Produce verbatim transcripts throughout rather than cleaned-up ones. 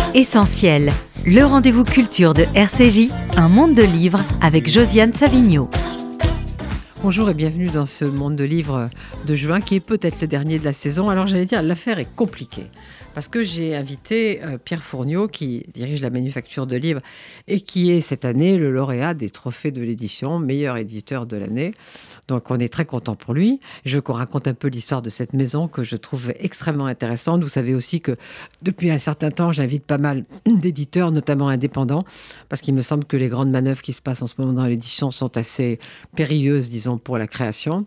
Essentiel, le rendez-vous culture de R C J, un monde de livres avec Josiane Savigno. Bonjour et bienvenue dans ce monde de livres de juin qui est peut-être le dernier de la saison. Alors j'allais dire, l'affaire est compliquée parce que j'ai invité euh, Pierre Fourniau qui dirige la Manufacture de livres et qui est cette année le lauréat des trophées de l'édition, meilleur éditeur de l'année. Donc on est très content pour lui. Je veux qu'on raconte un peu l'histoire de cette maison que je trouve extrêmement intéressante. Vous savez aussi que depuis un certain temps, j'invite pas mal d'éditeurs, notamment indépendants, parce qu'il me semble que les grandes manœuvres qui se passent en ce moment dans l'édition sont assez périlleuses, disons, pour la création.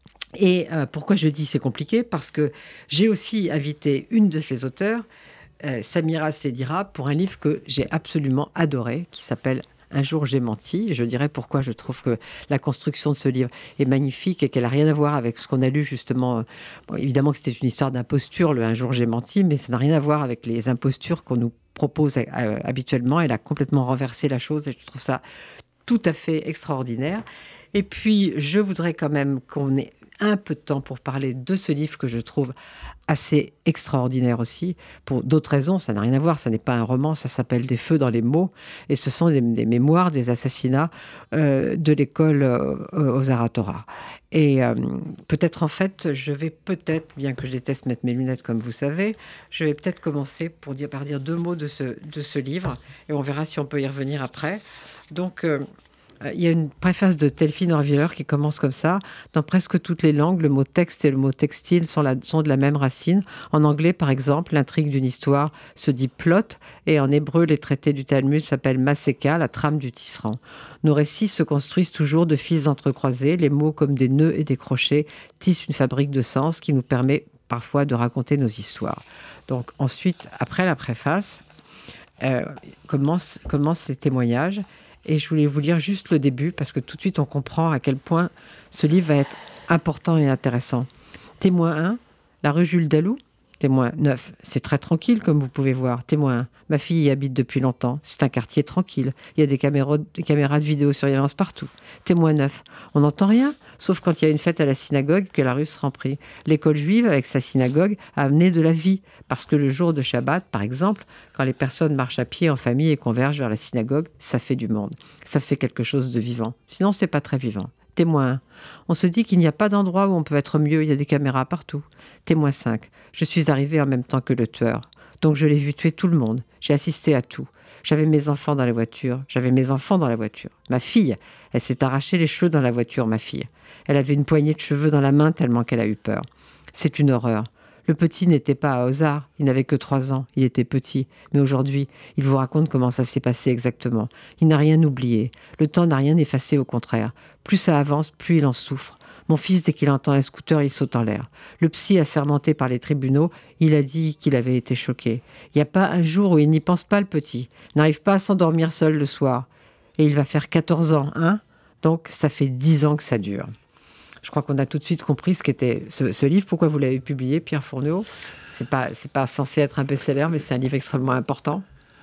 Et euh, pourquoi je dis c'est compliqué ? Parce que j'ai aussi invité une de ses auteurs, euh, Samira Sedira, pour un livre que j'ai absolument adoré, qui s'appelle « Un jour j'ai menti ». Je dirais pourquoi je trouve que la construction de ce livre est magnifique et qu'elle n'a rien à voir avec ce qu'on a lu justement. Bon, évidemment que c'était une histoire d'imposture, le « Un jour j'ai menti », mais ça n'a rien à voir avec les impostures qu'on nous propose euh, habituellement. Elle a complètement renversé la chose et je trouve ça tout à fait extraordinaire. Et puis, je voudrais quand même qu'on ait un peu de temps pour parler de ce livre que je trouve assez extraordinaire aussi, pour d'autres raisons. Ça n'a rien à voir, ça n'est pas un roman, ça s'appelle « Des feux dans les mots » et ce sont des, des mémoires des assassinats euh, de l'école euh, aux Aratora. Et euh, peut-être en fait, je vais peut-être, bien que je déteste mettre mes lunettes comme vous savez, je vais peut-être commencer pour dire, par dire deux mots de ce, de ce livre et on verra si on peut y revenir après. Donc... Euh, Il y a une préface de Delphine Orviller qui commence comme ça. Dans presque toutes les langues, le mot texte et le mot textile sont, la, sont de la même racine. En anglais, par exemple, l'intrigue d'une histoire se dit plot et en hébreu, les traités du Talmud s'appellent maseka, la trame du tisserand. Nos récits se construisent toujours de fils entrecroisés. Les mots, comme des nœuds et des crochets, tissent une fabrique de sens qui nous permet parfois de raconter nos histoires. Donc ensuite, après la préface, euh, commencent commence ces témoignages. Et je voulais vous lire juste le début, parce que tout de suite, on comprend à quel point ce livre va être important et intéressant. Témoin un, la rue Jules Dalou. Témoin neuf, c'est très tranquille, comme vous pouvez voir. Témoin un, ma fille y habite depuis longtemps. C'est un quartier tranquille. Il y a des caméras, des caméras de vidéosurveillance partout. Témoin neuf, on n'entend rien, sauf quand il y a une fête à la synagogue que la rue se remplit. L'école juive, avec sa synagogue, a amené de la vie. Parce que le jour de Shabbat, par exemple, quand les personnes marchent à pied en famille et convergent vers la synagogue, ça fait du monde. Ça fait quelque chose de vivant. Sinon, c'est pas très vivant. Témoin un, on se dit qu'il n'y a pas d'endroit où on peut être mieux, il y a des caméras partout. Témoin cinq, je suis arrivée en même temps que le tueur. Donc je l'ai vu tuer tout le monde. J'ai assisté à tout. J'avais mes enfants dans la voiture. J'avais mes enfants dans la voiture. Ma fille, elle s'est arraché les cheveux dans la voiture, ma fille. Elle avait une poignée de cheveux dans la main tellement qu'elle a eu peur. C'est une horreur. Le petit n'était pas à Ozar, il n'avait que trois ans, il était petit. Mais aujourd'hui, il vous raconte comment ça s'est passé exactement. Il n'a rien oublié. Le temps n'a rien effacé, au contraire. Plus ça avance, plus il en souffre. Mon fils, dès qu'il entend un scooter, il saute en l'air. Le psy assermenté par les tribunaux, il a dit qu'il avait été choqué. Il n'y a pas un jour où il n'y pense pas, le petit. Il n'arrive pas à s'endormir seul le soir. Et il va faire quatorze ans, hein ? Donc, ça fait dix ans que ça dure. Je crois qu'on a tout de suite compris ce qu'était ce, ce livre. Pourquoi vous l'avez publié, Pierre Fourniau ? C'est pas, c'est pas censé être un best-seller, mais c'est un livre extrêmement important.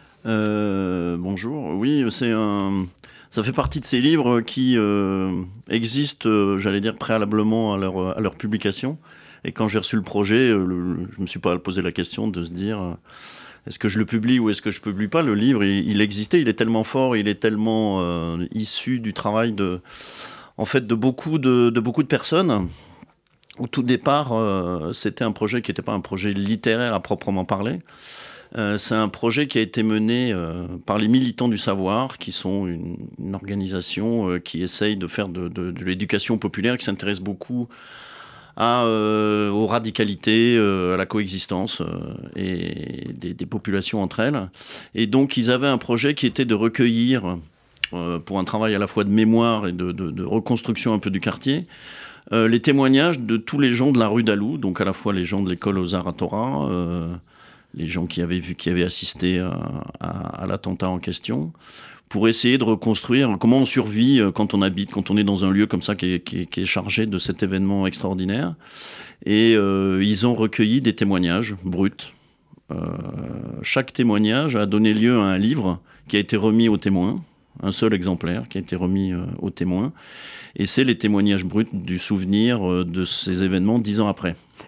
Euh, bonjour. Oui, c'est un... ça fait partie de ces livres qui euh, existent, euh, j'allais dire, préalablement à leur, à leur publication. Et quand j'ai reçu le projet, euh, le, je ne me suis pas posé la question de se dire... Euh, est-ce que je le publie ou est-ce que je ne publie pas ? Le livre, il, il existait, il est tellement fort, il est tellement euh, issu du travail de... En fait, de beaucoup de, de, beaucoup de personnes, au tout départ, euh, c'était un projet qui n'était pas un projet littéraire à proprement parler. Euh, c'est un projet qui a été mené euh, par les Militants du Savoir, qui sont une, une organisation euh, qui essaye de faire de, de, de l'éducation populaire, qui s'intéresse beaucoup à, euh, aux radicalités, euh, à la coexistence euh, et des, des populations entre elles. Et donc, ils avaient un projet qui était de recueillir... Euh, pour un travail à la fois de mémoire et de, de, de reconstruction un peu du quartier, euh, les témoignages de tous les gens de la rue Dalou, donc à la fois les gens de l'école aux Aratora, euh, les gens qui avaient vu, qui avaient assisté à, à, à l'attentat en question, pour essayer de reconstruire comment on survit quand on habite, quand on est dans un lieu comme ça qui est, qui est, qui est chargé de cet événement extraordinaire. Et euh, ils ont recueilli des témoignages bruts. Euh, chaque témoignage a donné lieu à un livre qui a été remis aux témoins. Un seul exemplaire qui a été remis euh, aux témoins. Et c'est les témoignages bruts du souvenir euh, de ces événements dix ans après.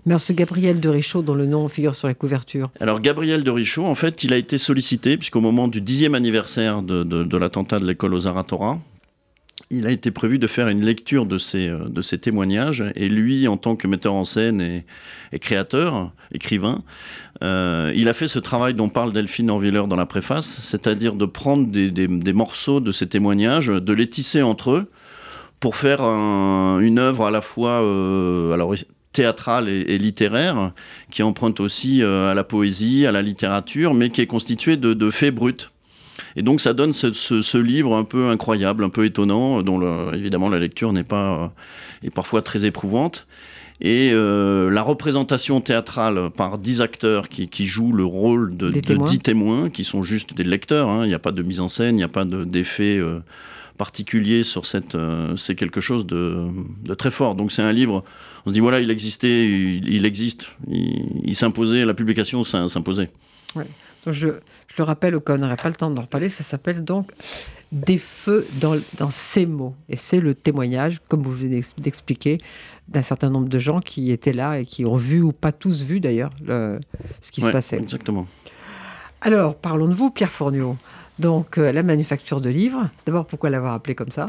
Mais ce Gabriel de Richaud, dont le nom figure sur la couverture. Alors Gabriel de Richaud, en fait, il a été sollicité, puisqu'au moment du dixième anniversaire de, de, de l'attentat de l'école aux Arts à Torah, il a été prévu de faire une lecture de ces, de ces témoignages. Et lui, en tant que metteur en scène et, et créateur, écrivain, euh, il a fait ce travail dont parle Delphine Orwiller dans la préface, c'est-à-dire de prendre des, des, des morceaux de ces témoignages, de les tisser entre eux, pour faire un, une œuvre à la fois euh, alors, théâtrale et, et littéraire, qui emprunte aussi euh, à la poésie, à la littérature, mais qui est constituée de, de faits bruts. Et donc ça donne ce, ce, ce livre un peu incroyable, un peu étonnant, dont le, évidemment la lecture n'est pas, est parfois très éprouvante. Et euh, la représentation théâtrale par dix acteurs qui, qui jouent le rôle de, de dix témoins, qui sont juste des lecteurs, hein. Il n'y a pas de mise en scène, il n'y a pas de, d'effet euh, particulier sur cette... Euh, c'est quelque chose de, de très fort. Donc c'est un livre, on se dit voilà, il existait, il, il existe, il, il s'imposait, la publication s'imposait. Ouais. Donc je, je le rappelle au cas où on n'aurait pas le temps d'en reparler, ça s'appelle donc « Des feux dans, dans ces mots ». Et c'est le témoignage, comme vous venez d'expliquer, d'un certain nombre de gens qui étaient là et qui ont vu, ou pas tous vu d'ailleurs, le, ce qui ouais, se passait. Exactement. Alors, parlons de vous, Pierre Fourniot. Donc, euh, la manufacture de livres. D'abord, pourquoi l'avoir appelée comme ça ?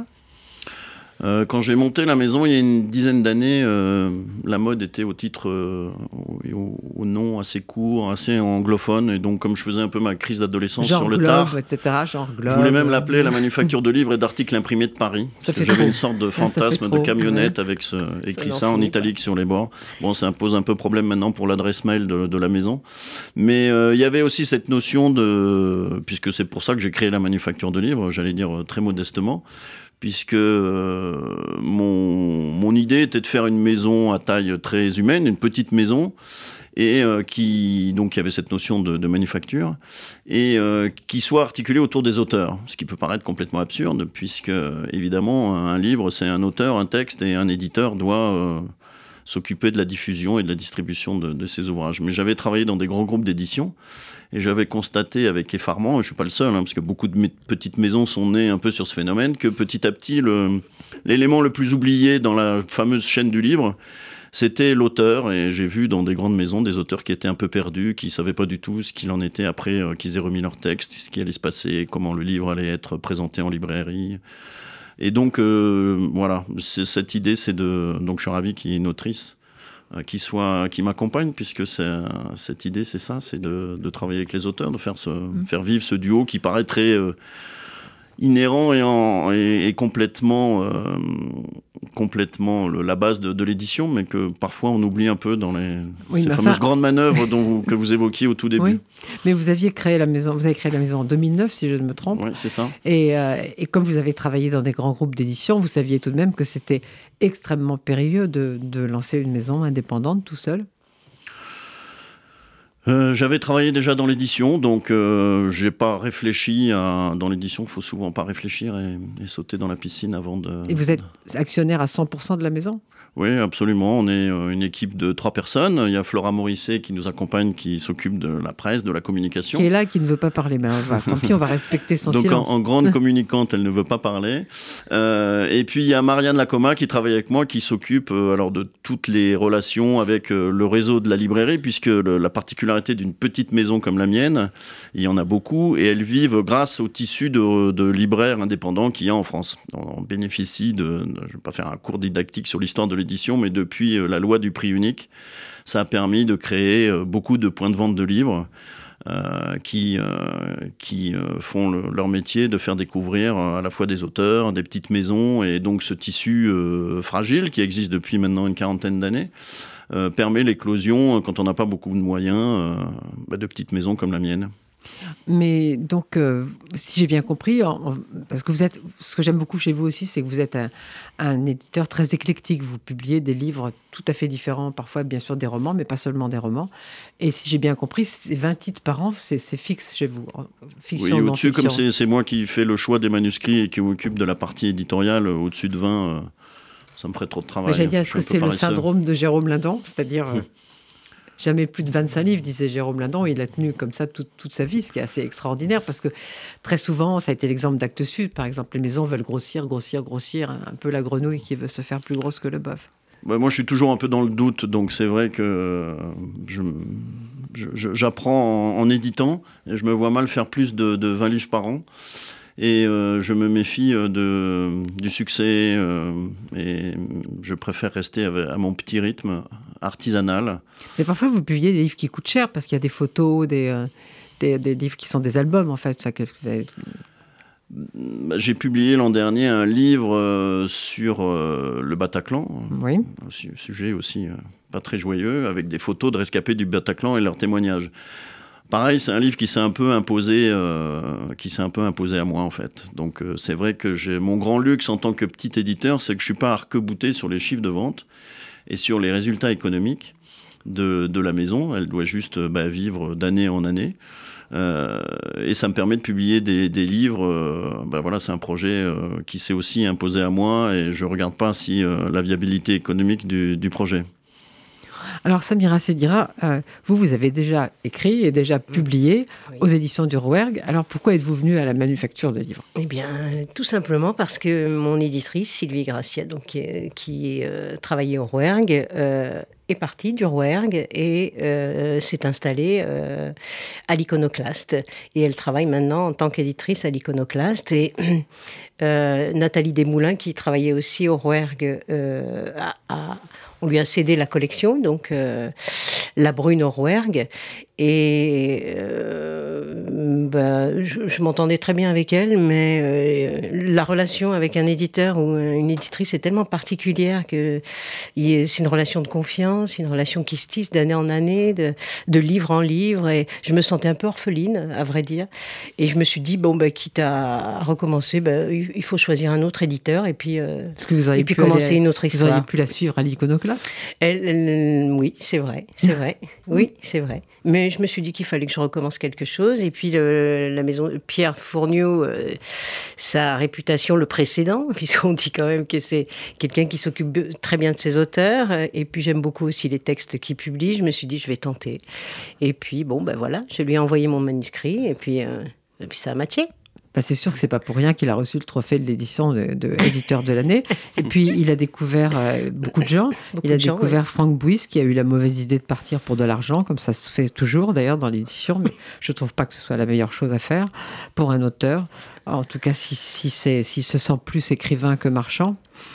Euh, quand j'ai monté la maison il y a une dizaine d'années, euh, la mode était au titre, euh, au, au nom assez court, assez anglophone, et donc comme je faisais un peu ma crise d'adolescence genre sur le Globe, tard, et cetera, genre Globe. Je voulais même l'appeler la manufacture de livres et d'articles imprimés de Paris, parce que j'avais une sorte de fantasme de camionnette ouais. avec ce, écrit ça, ça en italique pas. Sur les bords. Bon, ça pose un peu problème maintenant pour l'adresse mail de, de la maison, mais euh, il y avait aussi cette notion de, puisque c'est pour ça que j'ai créé la manufacture de livres, j'allais dire très modestement, puisque euh, mon, mon idée était de faire une maison à taille très humaine, une petite maison, et euh, qui donc il y avait cette notion de, de manufacture, et euh, qui soit articulée autour des auteurs, ce qui peut paraître complètement absurde, puisque évidemment un livre c'est un auteur, un texte, et un éditeur doit euh, s'occuper de la diffusion et de la distribution de, de ces ouvrages. Mais j'avais travaillé dans des grands groupes d'édition, et j'avais constaté avec effarement, et je ne suis pas le seul, hein, parce que beaucoup de mes petites maisons sont nées un peu sur ce phénomène, que petit à petit, le, l'élément le plus oublié dans la fameuse chaîne du livre, c'était l'auteur. Et j'ai vu dans des grandes maisons des auteurs qui étaient un peu perdus, qui ne savaient pas du tout ce qu'il en était après euh, qu'ils aient remis leur texte, ce qui allait se passer, comment le livre allait être présenté en librairie. Et donc, euh, voilà, c'est, cette idée, c'est de... Donc je suis ravi qu'il y ait une autrice qui soit qui m'accompagne, puisque c'est, cette idée c'est ça, c'est de, de travailler avec les auteurs, de faire, ce, mmh. faire vivre ce duo qui paraît très euh, inhérent et, en, et, et complètement, euh, complètement le, la base de, de l'édition, mais que parfois on oublie un peu dans les oui, ces fameuses enfin... grandes manœuvres dont vous, que vous évoquiez au tout début. Oui. Mais vous aviez créé la maison, vous avez créé la maison en deux mille neuf, si je ne me trompe. Oui, c'est ça. Et, euh, et comme vous avez travaillé dans des grands groupes d'édition, vous saviez tout de même que c'était extrêmement périlleux de, de lancer une maison indépendante tout seul. Euh, j'avais travaillé déjà dans l'édition, donc euh, j'ai pas réfléchi à... Dans l'édition, il faut souvent pas réfléchir et, et sauter dans la piscine avant de... Et vous êtes actionnaire à cent pour cent de la maison ? Oui, absolument. On est une équipe de trois personnes. Il y a Flora Morisset qui nous accompagne, qui s'occupe de la presse, de la communication. Qui est là, qui ne veut pas parler. Mais va, tant pis, on va respecter son Donc silence. Donc en, en grande communicante, elle ne veut pas parler. Euh, et puis il y a Marianne Lacoma qui travaille avec moi, qui s'occupe euh, alors de toutes les relations avec euh, le réseau de la librairie, puisque le, la particularité d'une petite maison comme la mienne, il y en a beaucoup, et elles vivent grâce au tissu de, de libraires indépendants qu'il y a en France. On, on bénéficie de, de... Je ne vais pas faire un cours didactique sur l'histoire de l'édition, mais depuis la loi du prix unique, ça a permis de créer beaucoup de points de vente de livres euh, qui, euh, qui euh, font le, leur métier de faire découvrir à la fois des auteurs, des petites maisons, et donc ce tissu euh, fragile qui existe depuis maintenant une quarantaine d'années euh, permet l'éclosion, quand on n'a pas beaucoup de moyens, euh, bah, de petites maisons comme la mienne. Mais donc, euh, si j'ai bien compris, en, en, parce que vous êtes, ce que j'aime beaucoup chez vous aussi, c'est que vous êtes un, un éditeur très éclectique. Vous publiez des livres tout à fait différents, parfois bien sûr des romans, mais pas seulement des romans. Et si j'ai bien compris, c'est vingt titres par an, c'est, c'est fixe chez vous. Fiction, oui, au-dessus, non-fiction. Comme c'est, c'est moi qui fais le choix des manuscrits et qui m'occupe de la partie éditoriale, au-dessus de vingt, euh, ça me ferait trop de travail. Mais j'allais dire, est-ce que c'est le syndrome de Jérôme Lindon, c'est-à-dire... Euh, jamais plus de vingt-cinq livres, disait Jérôme Lindon. Il a tenu comme ça toute, toute sa vie, ce qui est assez extraordinaire, parce que très souvent, ça a été l'exemple d'Actes Sud, par exemple, les maisons veulent grossir, grossir, grossir, un peu la grenouille qui veut se faire plus grosse que le bœuf. Bah, moi, je suis toujours un peu dans le doute, donc c'est vrai que je, je, j'apprends en, en éditant, et je me vois mal faire plus de, de vingt livres par an. Et euh, je me méfie de, du succès, euh, et je préfère rester à, à mon petit rythme artisanal. Mais parfois, vous publiez des livres qui coûtent cher, parce qu'il y a des photos, des, euh, des, des livres qui sont des albums, en fait. Enfin, que, J'ai publié l'an dernier un livre euh, sur euh, le Bataclan, oui. un sujet aussi euh, pas très joyeux, avec des photos de rescapés du Bataclan et leurs témoignages. Pareil, c'est un livre qui s'est un peu imposé, euh, qui s'est un peu imposé à moi en fait. Donc euh, c'est vrai que j'ai mon grand luxe en tant que petit éditeur, c'est que je suis pas arc-bouté sur les chiffres de vente et sur les résultats économiques de, de la maison. Elle doit juste bah, vivre d'année en année. Euh, et ça me permet de publier des, des livres. Euh, bah voilà, c'est un projet euh, qui s'est aussi imposé à moi et je regarde pas si euh, la viabilité économique du, du projet. Alors Samira Sedira, euh, vous, vous avez déjà écrit et déjà publié oui. aux éditions du Rouergue. Alors pourquoi êtes-vous venue à la manufacture de livres ? Eh bien, tout simplement parce que mon éditrice, Sylvie Gracia, donc, qui, qui euh, travaillait au Rouergue, euh, est partie du Rouergue et euh, s'est installée euh, à l'Iconoclaste. Et elle travaille maintenant en tant qu'éditrice à l'Iconoclaste. Et euh, Nathalie Desmoulins, qui travaillait aussi au Rouergue, euh, a, a, on lui a cédé la collection, donc euh, La Brune au Rouergue. Et euh, ben, je, je m'entendais très bien avec elle, mais euh, la relation avec un éditeur ou une éditrice est tellement particulière que c'est une relation de confiance, une relation qui se tisse d'année en année, de, de livre en livre. Et je me sentais un peu orpheline, à vrai dire. Et je me suis dit, bon, ben, quitte à recommencer, ben, il faut choisir un autre éditeur et puis, euh, Est-ce que vous auriez et puis pu commencer aller, une autre histoire. Vous auriez pu la suivre à l'Iconoclaste ? elle, elle, Oui, c'est vrai, c'est vrai. Oui, c'est vrai. Mais je me suis dit qu'il fallait que je recommence quelque chose. Et puis, le, la maison Pierre Fourniau, euh, sa réputation le précédent, puisqu'on dit quand même que c'est quelqu'un qui s'occupe très bien de ses auteurs. Et puis, j'aime beaucoup aussi les textes qu'il publie. Je me suis dit, je vais tenter. Et puis, bon, ben voilà, je lui ai envoyé mon manuscrit. Et puis, euh, et puis ça a matché. Ben c'est sûr que c'est pas pour rien qu'il a reçu le trophée de l'édition de, de éditeur de l'année. Et puis il a découvert euh, beaucoup de gens. Beaucoup il a de découvert gens, oui. Franck Bouis, qui a eu la mauvaise idée de partir pour de l'argent, comme ça se fait toujours d'ailleurs dans l'édition. Mais je trouve pas que ce soit la meilleure chose à faire pour un auteur. En tout cas, si, si c'est, s'il se sent plus écrivain que marchand.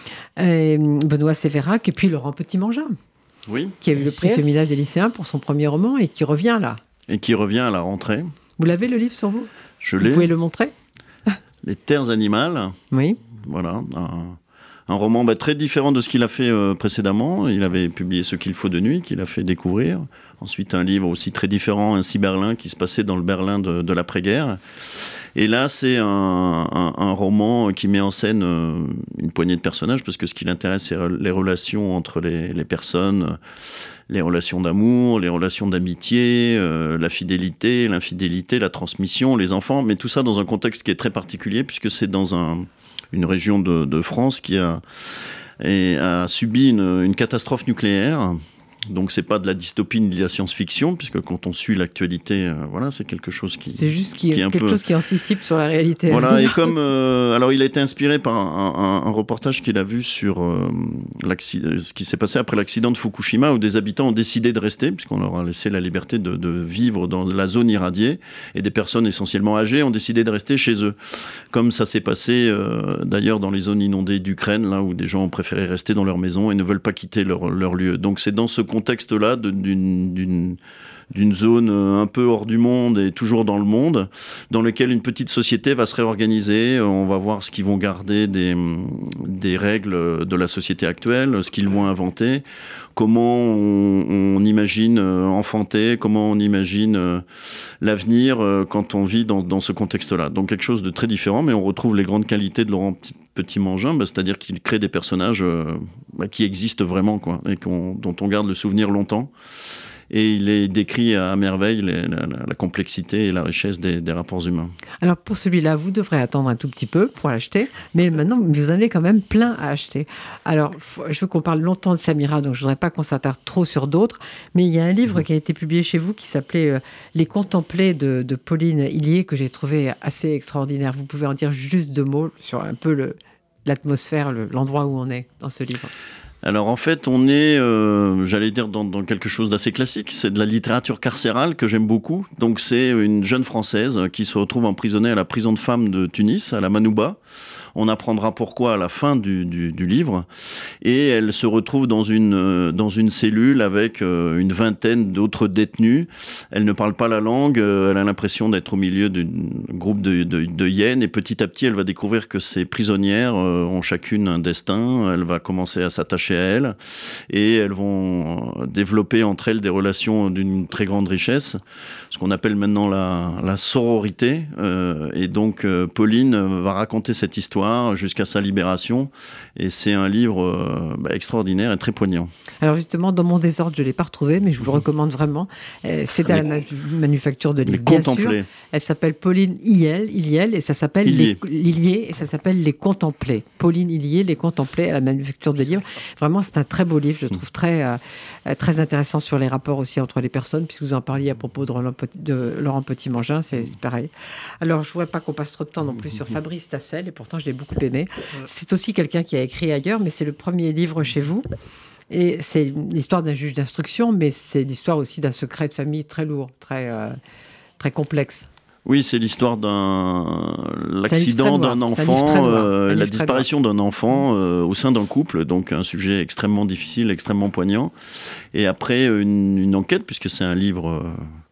Et Benoît Sévérac et puis Laurent Petit-Mangin, oui, qui a eu le prix sûr. Féminin des lycéens pour son premier roman et qui revient là. Et qui revient à la rentrée. Vous l'avez le livre sur vous ? Je vous l'ai. Vous pouvez le montrer ? Les Terres animales. Oui. Voilà. Un, un roman bah, très différent de ce qu'il a fait euh, précédemment. Il avait publié Ce qu'il faut de nuit, qu'il a fait découvrir. Ensuite, un livre aussi très différent, Ainsi Berlin, qui se passait dans le Berlin de, de l'après-guerre. Et là, c'est un, un, un roman qui met en scène euh, une poignée de personnages, parce que ce qui l'intéresse, c'est les relations entre les, les personnes, les relations d'amour, les relations d'amitié, euh, la fidélité, l'infidélité, la transmission, les enfants, mais tout ça dans un contexte qui est très particulier, puisque c'est dans un, une région de, de France qui a, et a subi une, une catastrophe nucléaire. Donc c'est pas de la dystopie ni de la science-fiction, puisque quand on suit l'actualité, euh, voilà, c'est quelque chose qui c'est juste qui, qui est un quelque peu... chose qui anticipe sur la réalité. Voilà, et comme euh, alors il a été inspiré par un, un, un reportage qu'il a vu sur euh, ce qui s'est passé après l'accident de Fukushima, où des habitants ont décidé de rester, puisqu'on leur a laissé la liberté de, de vivre dans la zone irradiée, et des personnes essentiellement âgées ont décidé de rester chez eux, comme ça s'est passé euh, d'ailleurs dans les zones inondées d'Ukraine, là où des gens ont préféré rester dans leur maison et ne veulent pas quitter leur, leur lieu. Donc c'est dans ce contexte-là de, d'une, d'une, d'une zone un peu hors du monde et toujours dans le monde, dans lequel une petite société va se réorganiser. On va voir ce qu'ils vont garder des, des règles de la société actuelle, ce qu'ils vont inventer, comment on, on imagine enfanter, comment on imagine l'avenir quand on vit dans, dans ce contexte-là. Donc quelque chose de très différent, mais on retrouve les grandes qualités de Laurent Petit-Mangin, bah, c'est-à-dire qu'il crée des personnages euh, bah, qui existent vraiment, quoi, et qu'on, dont on garde le souvenir longtemps. Et il est décrit à merveille les, la, la complexité et la richesse des, des rapports humains. Alors pour celui-là, vous devrez attendre un tout petit peu pour l'acheter, mais maintenant vous en avez quand même plein à acheter. Alors je veux qu'on parle longtemps de Samira, donc je ne voudrais pas qu'on s'attarde trop sur d'autres, mais il y a un livre mmh. qui a été publié chez vous qui s'appelait euh, Les Contemplés de, de Pauline Hillier, que j'ai trouvé assez extraordinaire. Vous pouvez en dire juste deux mots sur un peu le, l'atmosphère, le, l'endroit où on est dans ce livre. Alors en fait, on est, euh, j'allais dire, dans, dans quelque chose d'assez classique. C'est de la littérature carcérale que j'aime beaucoup. Donc c'est une jeune Française qui se retrouve emprisonnée à la prison de femmes de Tunis, à la Manouba. On apprendra pourquoi à la fin du, du, du livre. Et elle se retrouve dans une, euh, dans une cellule avec euh, une vingtaine d'autres détenus. Elle ne parle pas la langue. Euh, elle a l'impression d'être au milieu d'un groupe de, de, de hyènes. Et petit à petit, elle va découvrir que ces prisonnières euh, ont chacune un destin. Elle va commencer à s'attacher à elles. Et elles vont développer entre elles des relations d'une très grande richesse. Ce qu'on appelle maintenant la, la sororité. Euh, et donc, euh, Pauline va raconter cette histoire jusqu'à sa libération. Et c'est un livre euh, bah, extraordinaire et très poignant. Alors justement, dans mon désordre, je ne l'ai pas retrouvé, mais je vous le recommande vraiment. Euh, c'est à la ma- manufacture de livres, bien sûr. Elle s'appelle Pauline Iliel, Iliel et ça s'appelle Ilier. les, Ilier, et ça s'appelle Les Contemplés. Pauline Ilier, Les Contemplés, à la manufacture de livres. Vraiment, c'est un très beau livre, je trouve très, euh, très intéressant sur les rapports aussi entre les personnes, puisque vous en parliez à propos de, Roland Petit, de Laurent Petit-Mangin, c'est, c'est pareil. Alors, je ne voudrais pas qu'on passe trop de temps non plus sur Fabrice Tassel, et pourtant, je l'ai beaucoup aimé. C'est aussi quelqu'un qui a écrit ailleurs, mais c'est le premier livre chez vous. Et c'est l'histoire d'un juge d'instruction, mais c'est l'histoire aussi d'un secret de famille très lourd, très, euh, très complexe. Oui, c'est l'histoire d'un l'accident d'un enfant, euh, la disparition d'un enfant euh, au sein d'un couple, donc un sujet extrêmement difficile, extrêmement poignant. Et après une, une enquête, puisque c'est un livre euh,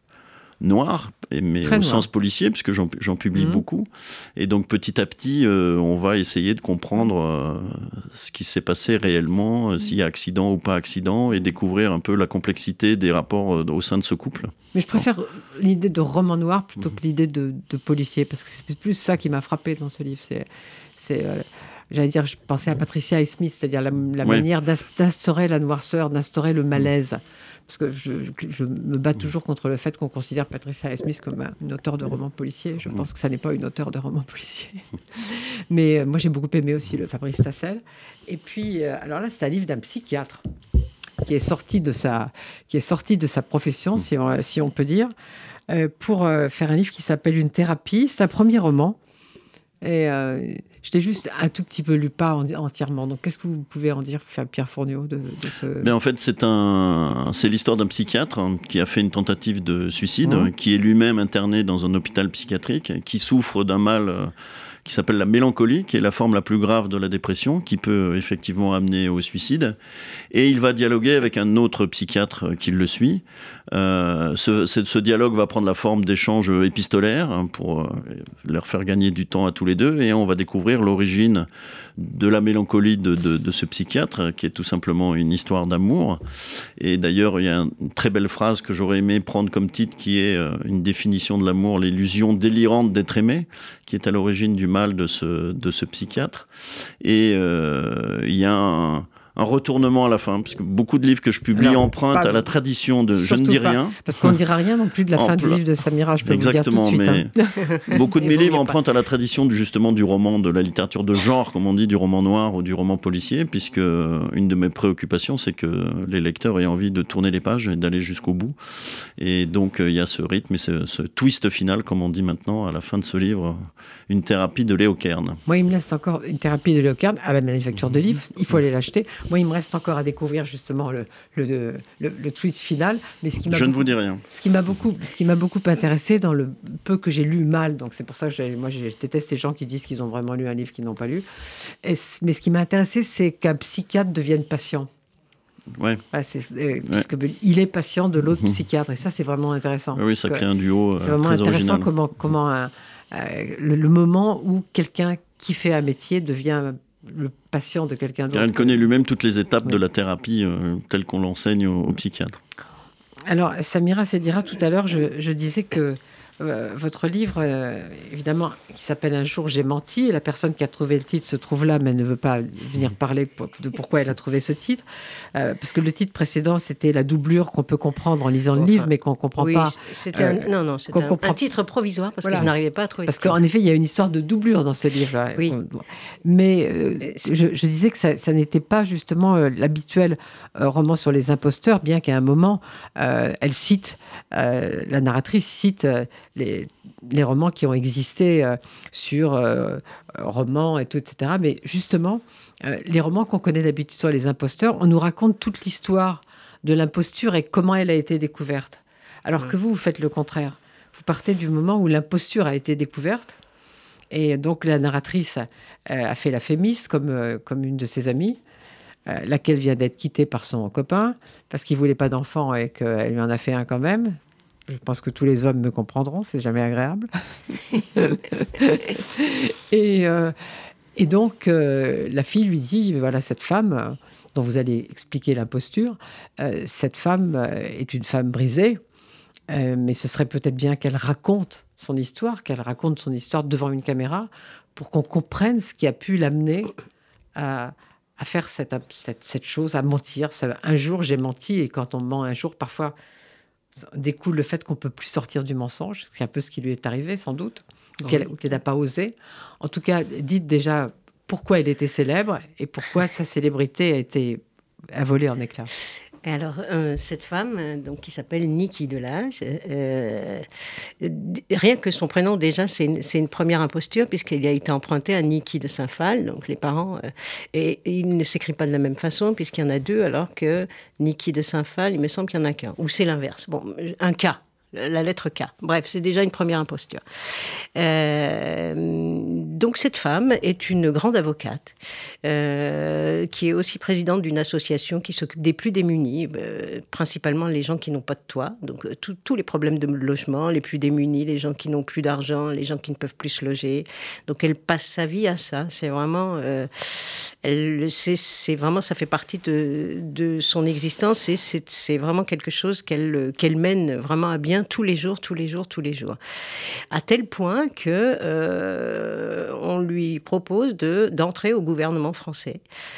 noir, mais Très au noir. sens policier, puisque j'en, j'en publie mmh. beaucoup. Et donc petit à petit, euh, on va essayer de comprendre euh, ce qui s'est passé réellement, euh, s'il y a accident ou pas accident, et découvrir un peu la complexité des rapports euh, au sein de ce couple. Mais je préfère bon. l'idée de roman noir plutôt que l'idée de, de policier, parce que c'est plus ça qui m'a frappé dans ce livre. C'est, c'est euh, j'allais dire, je pensais à Patricia Highsmith, c'est-à-dire la, la ouais. manière d'instaurer la noirceur, d'instaurer le malaise. Parce que je, je, je me bats toujours contre le fait qu'on considère Patricia Highsmith comme un, une auteure de romans policiers. Je pense que ça n'est pas une auteure de romans policiers. Mais euh, moi, j'ai beaucoup aimé aussi le Fabrice Tassel. Et puis, euh, alors là, c'est un livre d'un psychiatre qui est sorti de sa, qui est sorti de sa profession, si on, si on peut dire, euh, pour euh, faire un livre qui s'appelle Une thérapie. C'est un premier roman. Et euh, je l'ai juste un tout petit peu lu, pas en, entièrement. Donc, qu'est-ce que vous pouvez en dire, Pierre Fourniot, de, de ce... Ben, en fait, c'est, un, c'est l'histoire d'un psychiatre hein, qui a fait une tentative de suicide, mmh. qui est lui-même interné dans un hôpital psychiatrique, qui souffre d'un mal... Euh, qui s'appelle la mélancolie, qui est la forme la plus grave de la dépression, qui peut effectivement amener au suicide. Et il va dialoguer avec un autre psychiatre qui le suit. Euh, ce, ce dialogue va prendre la forme d'échanges épistolaires hein, pour euh, leur faire gagner du temps à tous les deux. Et on va découvrir l'origine de la mélancolie de, de, de ce psychiatre, qui est tout simplement une histoire d'amour. Et d'ailleurs, il y a une très belle phrase que j'aurais aimé prendre comme titre, qui est euh, une définition de l'amour, l'illusion délirante d'être aimé, qui est à l'origine du mal de ce, de ce psychiatre. Et euh, il y a un, un retournement à la fin, parce que beaucoup de livres que je publie Alors, empruntent à la tradition de je ne dis pas, rien. Parce qu'on ne dira rien non plus de la fin du livre de Samira, je peux Exactement, vous dire tout de suite. Mais hein. beaucoup de mes livres empruntent à la tradition du, justement du roman, de la littérature de genre, comme on dit, du roman noir ou du roman policier, puisque une de mes préoccupations, c'est que les lecteurs aient envie de tourner les pages et d'aller jusqu'au bout. Et donc, il y a ce rythme et ce, ce twist final, comme on dit maintenant, à la fin de ce livre, Une thérapie de Léo Kern. Moi, il me reste encore Une thérapie de Léo Kern à la manufacture de livres. Il faut aller l'acheter. Moi, il me reste encore à découvrir justement le, le, le, le twist final. Mais ce qui m'a Je beaucoup, ne vous dis rien. Ce qui m'a beaucoup, ce qui m'a beaucoup intéressé dans le peu que j'ai lu mal, donc c'est pour ça que j'ai, moi, je déteste les gens qui disent qu'ils ont vraiment lu un livre qu'ils n'ont pas lu. Et, mais ce qui m'a intéressé, c'est qu'un psychiatre devienne patient. Ouais. Ah, c'est, euh, parce que il est patient de l'autre psychiatre. Et ça, c'est vraiment intéressant. Oui, ça crée un duo euh, c'est vraiment très intéressant original. comment, comment un, euh, le, le moment où quelqu'un qui fait un métier devient le patient de quelqu'un d'autre. Il connaît lui-même toutes les étapes oui. de la thérapie euh, telles qu'on l'enseigne aux, aux psychiatres. Alors, Samira Sedira, tout à l'heure, je, je disais que euh, votre livre, euh, évidemment, qui s'appelle Un jour j'ai menti, et la personne qui a trouvé le titre se trouve là, mais ne veut pas venir parler de pourquoi elle a trouvé ce titre, euh, parce que le titre précédent, c'était la doublure qu'on peut comprendre en lisant le enfin, livre, mais qu'on ne comprend oui, pas. C'était euh, un, non, non, c'était un, comprend... un titre provisoire, parce voilà. que je n'arrivais pas à trouver Parce le titre. qu'en effet, il y a une histoire de doublure dans ce livre. Oui. Mais euh, je, je disais que ça, ça n'était pas justement euh, l'habituel euh, roman sur les imposteurs, bien qu'à un moment, euh, elle cite, euh, la narratrice cite euh, les, les romans qui ont existé euh, sur euh, romans et tout, et cetera. Mais justement, euh, les romans qu'on connaît d'habitude sur les imposteurs, on nous raconte toute l'histoire de l'imposture et comment elle a été découverte. Alors ouais. que vous, vous faites le contraire. Vous partez du moment où l'imposture a été découverte. Et donc, la narratrice euh, a fait la fémis comme, euh, comme une de ses amies, euh, laquelle vient d'être quittée par son copain parce qu'il ne voulait pas d'enfant et qu'elle lui en a fait un quand même. Je pense que tous les hommes me comprendront, c'est jamais agréable. et, euh, et donc, euh, la fille lui dit, voilà, cette femme, euh, dont vous allez expliquer l'imposture, euh, cette femme euh, est une femme brisée, euh, mais ce serait peut-être bien qu'elle raconte son histoire, qu'elle raconte son histoire devant une caméra pour qu'on comprenne ce qui a pu l'amener à, à faire cette, cette, cette chose, à mentir. Ça, un jour, j'ai menti, et quand on ment un jour, parfois, découle le fait qu'on ne peut plus sortir du mensonge. C'est un peu ce qui lui est arrivé, sans doute, ou qu'elle, ou qu'elle n'a pas osé. En tout cas, dites déjà pourquoi elle était célèbre et pourquoi sa célébrité a été a volé en éclats. Alors, euh, cette femme, donc, qui s'appelle Niki Delage, euh, rien que son prénom, déjà, c'est une, c'est une première imposture, puisqu'il a été emprunté à Niki de Saint-Phal, donc les parents. Euh, et, et il ne s'écrit pas de la même façon, puisqu'il y en a deux, alors que Niki de Saint-Phal, il me semble qu'il n'y en a qu'un. Ou c'est l'inverse. Bon, un K. La lettre K. Bref, c'est déjà une première imposture. Euh, donc, cette femme est une grande avocate euh, qui est aussi présidente d'une association qui s'occupe des plus démunis, euh, principalement les gens qui n'ont pas de toit. Donc, euh, tous les problèmes de logement, les plus démunis, les gens qui n'ont plus d'argent, les gens qui ne peuvent plus se loger. Donc, elle passe sa vie à ça. C'est vraiment... Euh, elle, c'est, c'est vraiment, ça fait partie de, de son existence et c'est, c'est vraiment quelque chose qu'elle, qu'elle mène vraiment à bien tous les jours, tous les jours, tous les jours. À tel point que euh, on lui propose de, d'entrer au gouvernement français.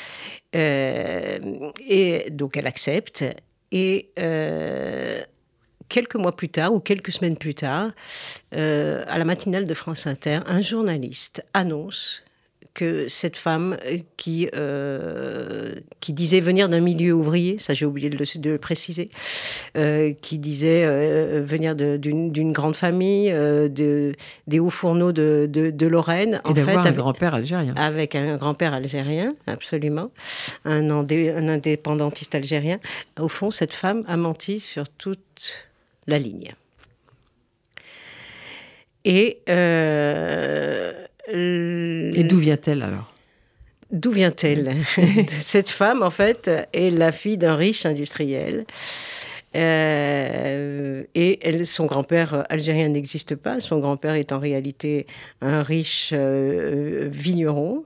Euh, et donc elle accepte. Et euh, quelques mois plus tard, ou quelques semaines plus tard, euh, à la matinale de France Inter, un journaliste annonce que cette femme qui, euh, qui disait venir d'un milieu ouvrier, ça j'ai oublié de le, de le préciser, euh, qui disait euh, venir de, d'une, d'une grande famille, euh, de, des hauts fourneaux de, de, de Lorraine. Et en d'avoir fait, un avec, grand-père algérien. Avec un grand-père algérien, absolument, un, indé, un indépendantiste algérien. Au fond, cette femme a menti sur toute la ligne. Et... Euh, Et d'où vient-elle alors ? D'où vient-elle ? Cette femme, en fait, est la fille d'un riche industriel. Euh, et elle, son grand-père algérien n'existe pas. Son grand-père est en réalité un riche euh, vigneron,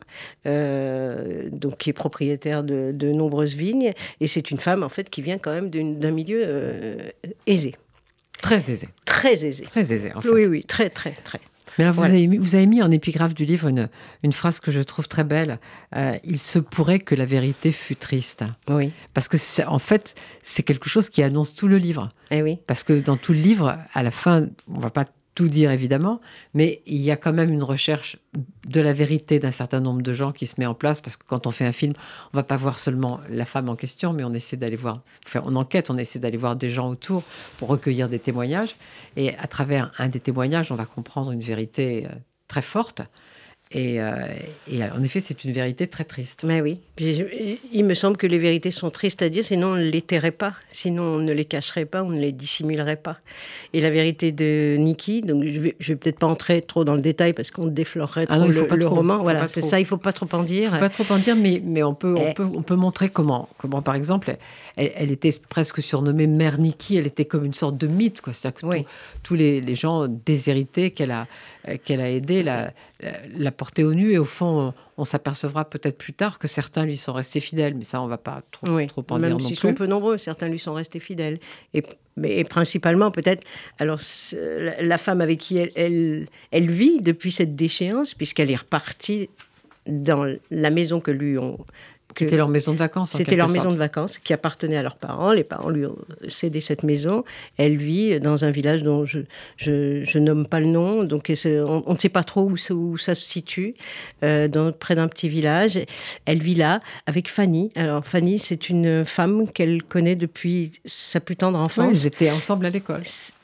euh, donc qui est propriétaire de, de nombreuses vignes. Et c'est une femme, en fait, qui vient quand même d'une, d'un milieu euh, aisé. Très aisé. Très aisé. Très aisé, en fait. Oui, oui, très, très, très. Mais alors, vous, voilà. avez mis, vous avez mis en épigraphe du livre une, une phrase que je trouve très belle. Euh, il se pourrait que la vérité fût triste. Oui. Parce que, c'est, en fait, c'est quelque chose qui annonce tout le livre. Eh oui. Parce que dans tout le livre, à la fin, on ne va pas tout dire évidemment, mais il y a quand même une recherche de la vérité d'un certain nombre de gens qui se met en place, parce que quand on fait un film, on ne va pas voir seulement la femme en question, mais on essaie d'aller voir, enfin, on enquête, on essaie d'aller voir des gens autour pour recueillir des témoignages, et à travers un des témoignages, on va comprendre une vérité très forte. Et, euh, et en effet, c'est une vérité très triste. Mais oui, il me semble que les vérités sont tristes à dire, sinon on ne les tairait pas, sinon on ne les cacherait pas, on ne les dissimulerait pas. Et la vérité de Niki, donc je vais, je vais peut-être pas entrer trop dans le détail parce qu'on déflorerait trop ah non, le, le trop, roman. Voilà, c'est trop. Ça, il faut pas trop en dire. Il faut pas trop en dire, mais, mais on, peut, on, peut, on peut montrer comment, comment par exemple, elle, elle était presque surnommée Mère Niki, elle était comme une sorte de mythe, quoi. C'est-à-dire que oui. tout, tous les, les gens déshérités qu'elle a, qu'elle a aidés la, la, la porter au nu, et au fond, on, on s'apercevra peut-être plus tard que certains lui sont restés fidèles, mais ça, on ne va pas trop, oui, trop en dire non plus. Même s'ils sont peu nombreux, certains lui sont restés fidèles. Et, mais, et principalement, peut-être, alors, la, la femme avec qui elle, elle, elle vit depuis cette déchéance, puisqu'elle est repartie dans la maison que lui ont... Que c'était leur maison de vacances. C'était leur maison de vacances qui appartenait à leurs parents. Les parents lui ont cédé cette maison. Elle vit dans un village dont je, je, je nomme pas le nom. Donc on, on ne sait pas trop où, où ça se situe, euh, dans, près d'un petit village. Elle vit là avec Fanny. Alors Fanny, c'est une femme qu'elle connaît depuis sa plus tendre enfance. Oui, ils étaient ensemble à l'école.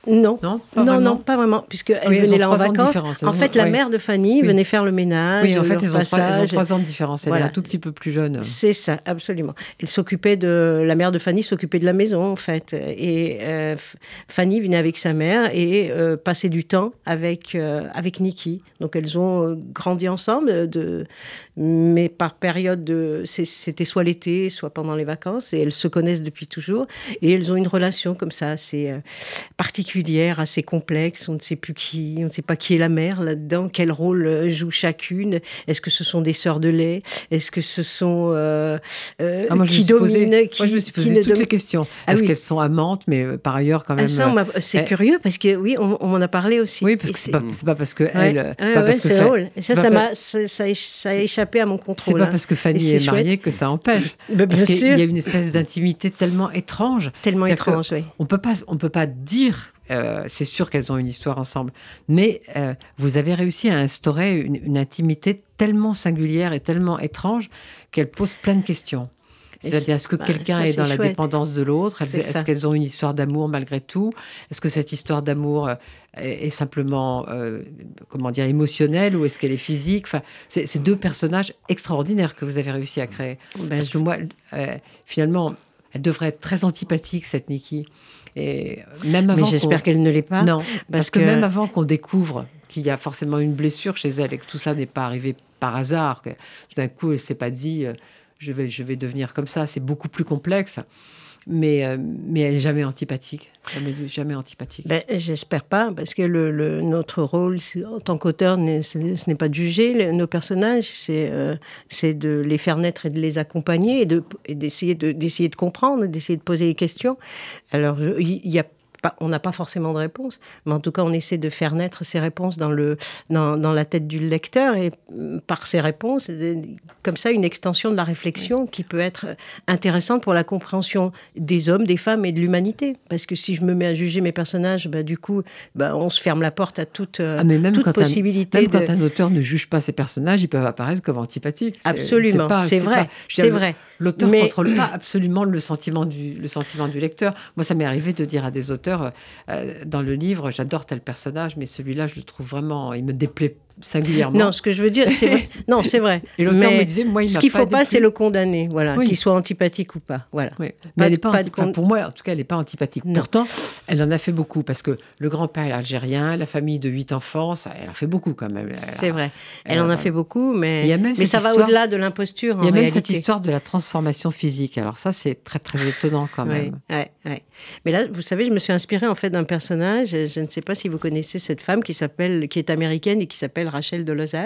Non, non, pas non, vraiment. non, pas vraiment, puisqu'elle Oui, venait là en vacances. En ont, fait, la oui. mère de Fanny oui. venait faire le ménage, oui, en fait, le ils ont, trois, ils ont passage. trois ans de différence. Elle Voilà. est un tout petit peu plus jeune. C'est ça, absolument. Elle s'occupait de la mère de Fanny s'occupait de la maison en fait, et euh, Fanny venait avec sa mère et euh, passait du temps avec euh, avec Nikki. Donc elles ont grandi ensemble, de, mais par période de, c'était soit l'été, soit pendant les vacances, et elles se connaissent depuis toujours. Et elles ont une relation comme ça, assez euh, particulière, assez complexe. On ne sait plus qui, on ne sait pas qui est la mère là-dedans, quel rôle joue chacune. Est-ce que ce sont des sœurs de lait? Est-ce que ce sont euh, euh, ah, moi, qui dominent posé, qui, Moi, je me suis posé qui toutes dom... les questions. Ah, Est-ce oui. qu'elles sont amantes, mais euh, par ailleurs quand même. Ah, ça, c'est euh, curieux parce que oui, on, on m'en a parlé aussi. Oui, parce que c'est pas, c'est pas parce que ouais, elle. ouais, pas ouais, parce c'est que drôle. Et ça, ça pas... m'a, ça, ça, a, ça a échappé à mon contrôle. C'est pas hein. parce que Fanny est, est mariée que ça empêche. Ben, parce qu'il y a une espèce d'intimité tellement étrange. Tellement étrange, oui. On peut pas, on peut pas dire. Euh, c'est sûr qu'elles ont une histoire ensemble, mais euh, vous avez réussi à instaurer une, une intimité tellement singulière et tellement étrange qu'elle pose plein de questions. C'est-à-dire, est-ce que bah, quelqu'un ça, est dans la chouette. dépendance de l'autre? Est-ce, est-ce qu'elles ont une histoire d'amour malgré tout? Est-ce que cette histoire d'amour est, est simplement, euh, comment dire, émotionnelle ou est-ce qu'elle est physique? Enfin, c'est, c'est deux personnages extraordinaires que vous avez réussi à créer. Ben, Parce je... que moi, euh, finalement, elle devrait être très antipathique, cette Nikki. Et même avant Mais j'espère qu'on... qu'elle ne l'est pas. Non, parce, parce que... que même avant qu'on découvre qu'il y a forcément une blessure chez elle et que tout ça n'est pas arrivé par hasard, que tout d'un coup, elle ne s'est pas dit... Euh, Je vais, je vais devenir comme ça. C'est beaucoup plus complexe, mais, euh, mais elle n'est jamais antipathique. Jamais, jamais antipathique. Ben, j'espère pas, parce que le, le, notre rôle en tant qu'auteur, ce n'est pas de juger les, nos personnages, c'est, euh, c'est de les faire naître et de les accompagner et, de, et d'essayer, de, d'essayer de comprendre, d'essayer de poser des questions. Alors, il y a Pas, on n'a pas forcément de réponse, mais en tout cas, on essaie de faire naître ces réponses dans, le, dans, dans la tête du lecteur et par ces réponses, comme ça, une extension de la réflexion qui peut être intéressante pour la compréhension des hommes, des femmes et de l'humanité. Parce que si je me mets à juger mes personnages, bah, du coup, bah, on se ferme la porte à toute, ah, mais même toute quand possibilité. Un, même de... quand un auteur ne juge pas ses personnages, ils peuvent apparaître comme antipathiques. C'est, absolument, c'est, pas, c'est, c'est vrai, pas, c'est vrai. L'auteur ne mais... contrôle pas absolument le sentiment, du, le sentiment du lecteur. Moi, ça m'est arrivé de dire à des auteurs, euh, dans le livre, j'adore tel personnage, mais celui-là, je le trouve vraiment, il me déplaît singulièrement. Non, ce que je veux dire, c'est vrai. Non, c'est vrai. Et l'auteur mais me disait, moi, il ce m'a qu'il ne faut pas, pas c'est le condamner, voilà, oui. qu'il soit antipathique ou pas. Voilà. Oui. Mais elle est pas pas anti... con... enfin, pour moi, en tout cas, elle n'est pas antipathique. Non. Pourtant, elle en a fait beaucoup, parce que le grand-père est algérien, la famille de huit enfants, ça, elle en fait beaucoup quand même. Elle c'est a... vrai. Elle, elle en a fait beaucoup, mais, mais ça histoire... va au-delà de l'imposture. Il y a en même réalité. cette histoire de la transformation physique. Alors ça, c'est très, très étonnant quand même. Oui, ouais, ouais. Mais là, vous savez, je me suis inspirée en fait d'un personnage, je ne sais pas si vous connaissez cette femme qui, s'appelle, qui est américaine et qui s'appelle Rachel Dolezal.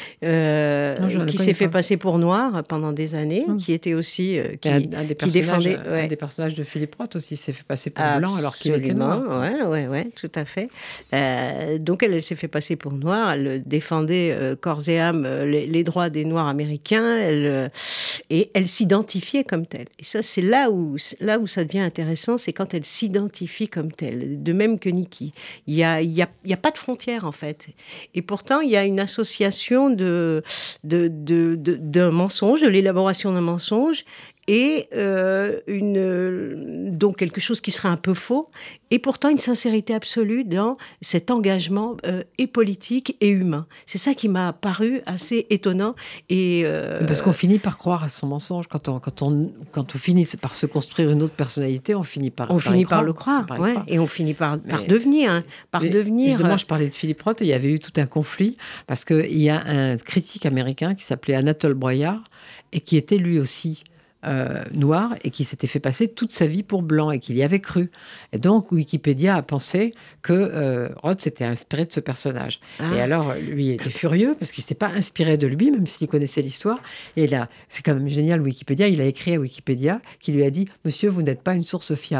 Euh, non, qui s'est fait pas. passer pour noire pendant des années, mmh. qui était aussi euh, qui, un, un des qui défendait ouais. un des personnages de Philippe Roth aussi s'est fait passer pour Absolument, blanc alors qu'il était noir. Ouais, ouais, ouais, tout à fait. Euh, donc elle, elle s'est fait passer pour noire. Elle défendait euh, corps et âme euh, les, les droits des Noirs américains. Elle, euh, et elle s'identifiait comme telle. Et ça, c'est là où là où ça devient intéressant, c'est quand elle s'identifie comme telle. De même que Nikki, il y a il y a il y a pas de frontières en fait. Et pourtant il y a une association De, de, de, de, d'un mensonge, de l'élaboration d'un mensonge et euh, une, donc quelque chose qui serait un peu faux, et pourtant une sincérité absolue dans cet engagement euh, et politique et humain. C'est ça qui m'a paru assez étonnant. Et, euh, Parce qu'on finit par croire à son mensonge. Quand on, quand on, quand on finit par se construire une autre personnalité, on finit par, on par, finit par le croire. Par ouais, croire. Et on finit par, par mais, devenir. Hein, par devenir justement, je parlais de Philippe Roth et il y avait eu tout un conflit parce qu'il y a un critique américain qui s'appelait Anatole Broyard et qui était lui aussi Euh, noir et qui s'était fait passer toute sa vie pour blanc et qu'il y avait cru. Et donc, Wikipédia a pensé que euh, Roth s'était inspiré de ce personnage. Ah. Et alors, lui était furieux parce qu'il ne s'était pas inspiré de lui, même s'il connaissait l'histoire. Et là, c'est quand même génial, Wikipédia, il a écrit à Wikipédia qui lui a dit « Monsieur, vous n'êtes pas une source fiable. »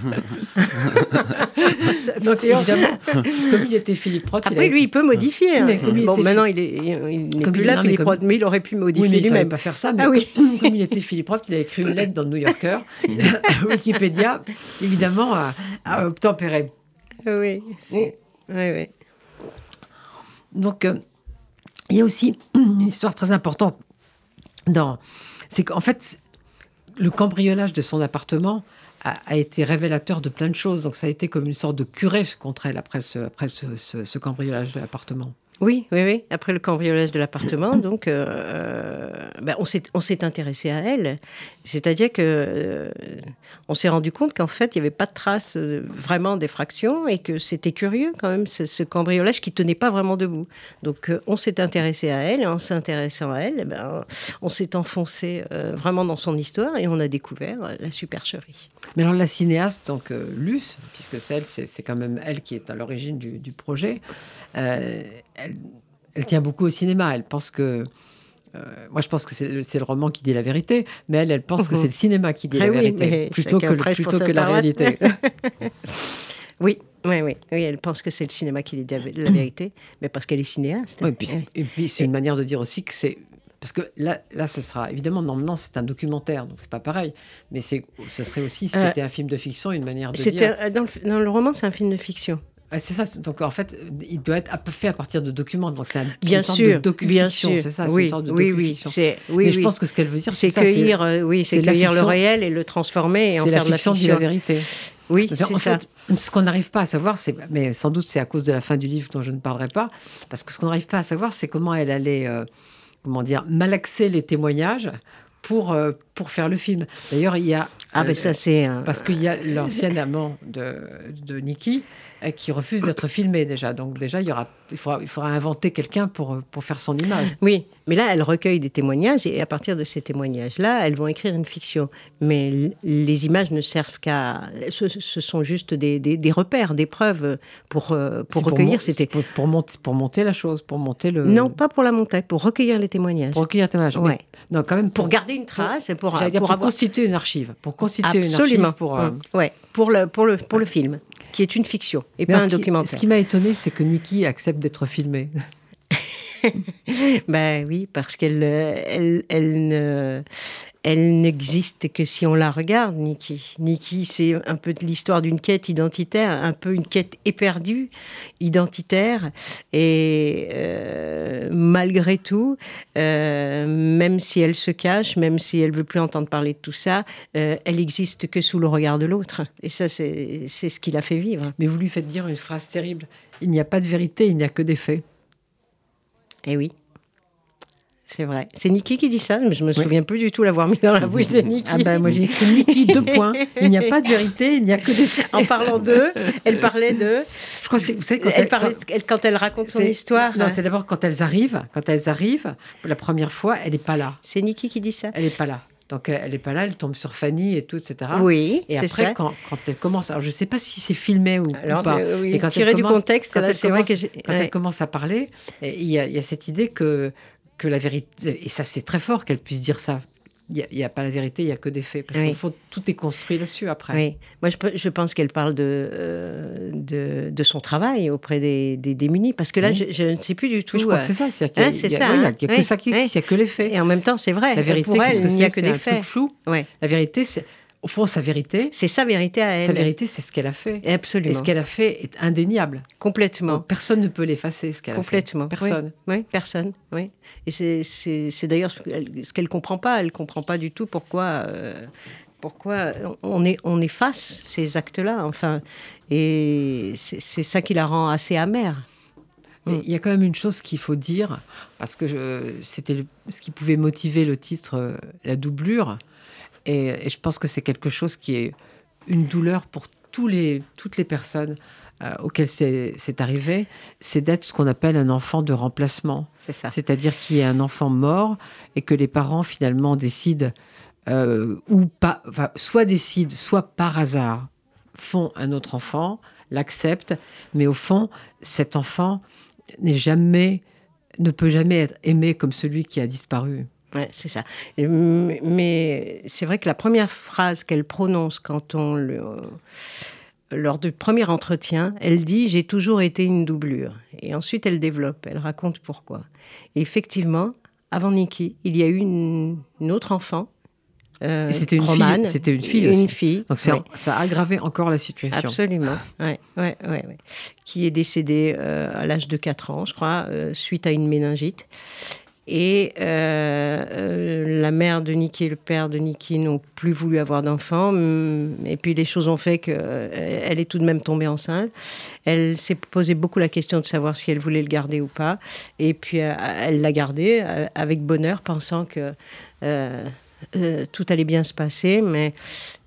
Donc, évidemment, comme il était Philippe Roth... Après, il a... lui, il peut modifier. Hein. Bon, maintenant, il, est, il n'est plus là, Philippe Roth, mais il aurait pu modifier oui, mais il lui-même. Il ne savait pas faire ça, mais ah, oui. comme il était Philippe Roth, il a écrit une lettre dans le New Yorker. Wikipédia, évidemment, a, a obtempéré. Oui, c'est... oui, oui. Donc, euh, il y a aussi une histoire très importante dans... C'est qu'en fait, le cambriolage de son appartement a, a été révélateur de plein de choses. Donc ça a été comme une sorte de curé contre elle après ce, après ce, ce, ce cambriolage de l'appartement. Oui, oui, oui. Après le cambriolage de l'appartement, donc, euh, ben, on s'est, on s'est intéressé à elle. C'est-à-dire que euh, on s'est rendu compte qu'en fait, il n'y avait pas de traces euh, vraiment d'effraction et que c'était curieux quand même, ce, ce cambriolage qui tenait pas vraiment debout. Donc, euh, on s'est intéressé à elle et en s'intéressant à elle, ben, on s'est enfoncé euh, vraiment dans son histoire et on a découvert euh, la supercherie. Mais alors la cinéaste, donc euh, Luce, puisque c'est elle, c'est, c'est quand même elle qui est à l'origine du, du projet, euh, elle, elle tient beaucoup au cinéma. Elle pense que... Euh, moi, je pense que c'est, c'est le roman qui dit la vérité, mais elle, elle pense mmh. que c'est le cinéma qui dit ah la oui, vérité, plutôt que, plutôt que la réalité. oui, oui, oui, oui, elle pense que c'est le cinéma qui dit la vérité, mais parce qu'elle est cinéaste. Oui, puis, et puis c'est une manière de dire aussi que c'est... Parce que là, là, ce sera... Évidemment, normalement, c'est un documentaire, donc c'est pas pareil. Mais c'est, ce serait aussi, si c'était euh, un film de fiction, une manière de c'était, dire... Dans le, dans le roman, c'est un film de fiction. Ah, c'est ça. Donc, en fait, il doit être fait à partir de documents. Donc, c'est, un, c'est bien une sorte sûr, de docu-fiction. Bien sûr. C'est ça, oui, c'est une sorte de oui, docu-fiction. Oui, c'est, oui, Mais oui. je pense que ce qu'elle veut dire, c'est, c'est cueillir, ça. C'est, euh, oui, c'est, c'est cueillir fiction, le réel et le transformer et en faire la de la fiction. C'est la fiction dit la vérité. Oui, c'est, c'est en ça. Fait, ce qu'on n'arrive pas à savoir, c'est, mais sans doute c'est à cause de la fin du livre dont je ne parlerai pas, parce que ce qu'on n'arrive pas à savoir, c'est comment elle allait... Euh, comment dire, malaxer les témoignages pour, euh, pour faire le film. D'ailleurs, il y a... Ah, ben euh, ça, c'est... Euh... Parce qu'il y a l'ancien amant de, de Niki euh, qui refuse d'être filmé, déjà. Donc, déjà, il, y aura, il, faudra, il faudra inventer quelqu'un pour, pour faire son image. Oui, mais là, elle recueille des témoignages et à partir de ces témoignages-là, elles vont écrire une fiction. Mais les images ne servent qu'à... Ce, ce sont juste des, des, des repères, des preuves pour, pour c'est recueillir. Pour, c'était... Pour, pour, monter, pour monter la chose, pour monter le... Non, pas pour la monter, pour recueillir les témoignages. Pour recueillir les témoignages, ouais. Non, quand même pour, pour garder une trace, pour, pour, pour, pour avoir... constituer une archive. Pour constituer Absolument. une archive pour... Euh... Mmh. Ouais, pour le, pour, le, pour le film, qui est une fiction et Mais pas un qui, documentaire. Ce qui m'a étonnée, c'est que Niki accepte d'être filmée. Ben oui, parce qu'elle elle, elle ne... Elle n'existe que si on la regarde, Niki. Niki, c'est un peu de l'histoire d'une quête identitaire, un peu une quête éperdue, identitaire. Et euh, malgré tout, euh, même si elle se cache, même si elle ne veut plus entendre parler de tout ça, euh, elle n'existe que sous le regard de l'autre. Et ça, c'est, c'est ce qui l'a fait vivre. Mais vous lui faites dire une phrase terrible. Il n'y a pas de vérité, il n'y a que des faits. Eh oui. C'est vrai. C'est Niki qui dit ça, mais je me oui. souviens plus du tout l'avoir mis dans la bouche de Niki. Ah ben moi j'ai écrit Niki, deux points. Il n'y a pas de vérité, il n'y a que des... En parlant d'eux, elle parlait de... Je crois que c'est, vous savez, quand elle, elle, parlait, quand, elle, quand elle raconte son c'est, histoire... Non, c'est d'abord quand elles arrivent, quand elles arrivent, la première fois, elle n'est pas là. C'est Niki qui dit ça. Elle n'est pas là. Donc elle n'est pas là, elle tombe sur Fanny et tout, et cetera. Oui, et c'est après, ça. Quand, quand elle commence... Alors je ne sais pas si c'est filmé ou, alors, ou pas. Euh, oui, et quand tiré elle du commence, contexte, quand là, c'est commence, vrai que... J'ai... Quand ouais. elle commence à parler, il y, y a cette idée que... que la vérité, et ça c'est très fort qu'elle puisse dire ça. Il n'y a, a pas la vérité, il n'y a que des faits. Parce oui. qu'au fond, tout est construit là-dessus après. Oui, moi je, je pense qu'elle parle de, euh, de, de son travail auprès des, des démunis. Parce que là, oui. je, je ne sais plus du tout. Oui, je crois euh... que c'est ça. C'est-à-dire qu'il y a, hein, c'est il y a, ça, oui, hein, il n'y a, a que ça qui existe, il n'y a que les faits. Et en même temps, c'est vrai. La vérité, pour elle, que il n'y a c'est, que c'est des faits. Un truc flou. Ouais. La vérité, c'est... Au fond, sa vérité... C'est sa vérité à elle. Sa vérité, c'est ce qu'elle a fait. Absolument. Et ce qu'elle a fait est indéniable. Complètement. Donc, personne ne peut l'effacer, ce qu'elle Complètement. a fait. Personne. Oui, oui personne. Oui. Et c'est, c'est, c'est d'ailleurs ce qu'elle ne comprend pas. Elle ne comprend pas du tout pourquoi, euh, pourquoi on, est, on efface ces actes-là. Enfin, et c'est, c'est ça qui la rend assez amère. Mais il y a quand même une chose qu'il faut dire, parce que je, c'était le, ce qui pouvait motiver le titre euh, « La doublure ». Et, et je pense que c'est quelque chose qui est une douleur pour tous les, toutes les personnes euh, auxquelles c'est, c'est arrivé, c'est d'être ce qu'on appelle un enfant de remplacement. C'est ça. C'est-à-dire qu'il y a un enfant mort et que les parents finalement décident, euh, ou pas, enfin, soit décident, soit par hasard, font un autre enfant, l'acceptent, mais au fond, cet enfant n'est jamais, ne peut jamais être aimé comme celui qui a disparu. Ouais, c'est ça. Mais c'est vrai que la première phrase qu'elle prononce quand on le, lors du premier entretien, elle dit « J'ai toujours été une doublure ». Et ensuite, elle développe, elle raconte pourquoi. Et effectivement, avant Niki, il y a eu une, une autre enfant, euh, Et c'était une Romane, fille, c'était une fille aussi. Une fille. Donc c'est, oui. ça a aggravé encore la situation. Absolument, ouais, ouais, ouais, ouais. Qui est décédée euh, à l'âge de quatre ans, je crois, euh, suite à une méningite. Et euh, euh, la mère de Niki et le père de Niki n'ont plus voulu avoir d'enfant. Et puis les choses ont fait qu'elle euh, est tout de même tombée enceinte. Elle s'est posé beaucoup la question de savoir si elle voulait le garder ou pas. Et puis euh, elle l'a gardé euh, avec bonheur, pensant que euh, euh, tout allait bien se passer. Mais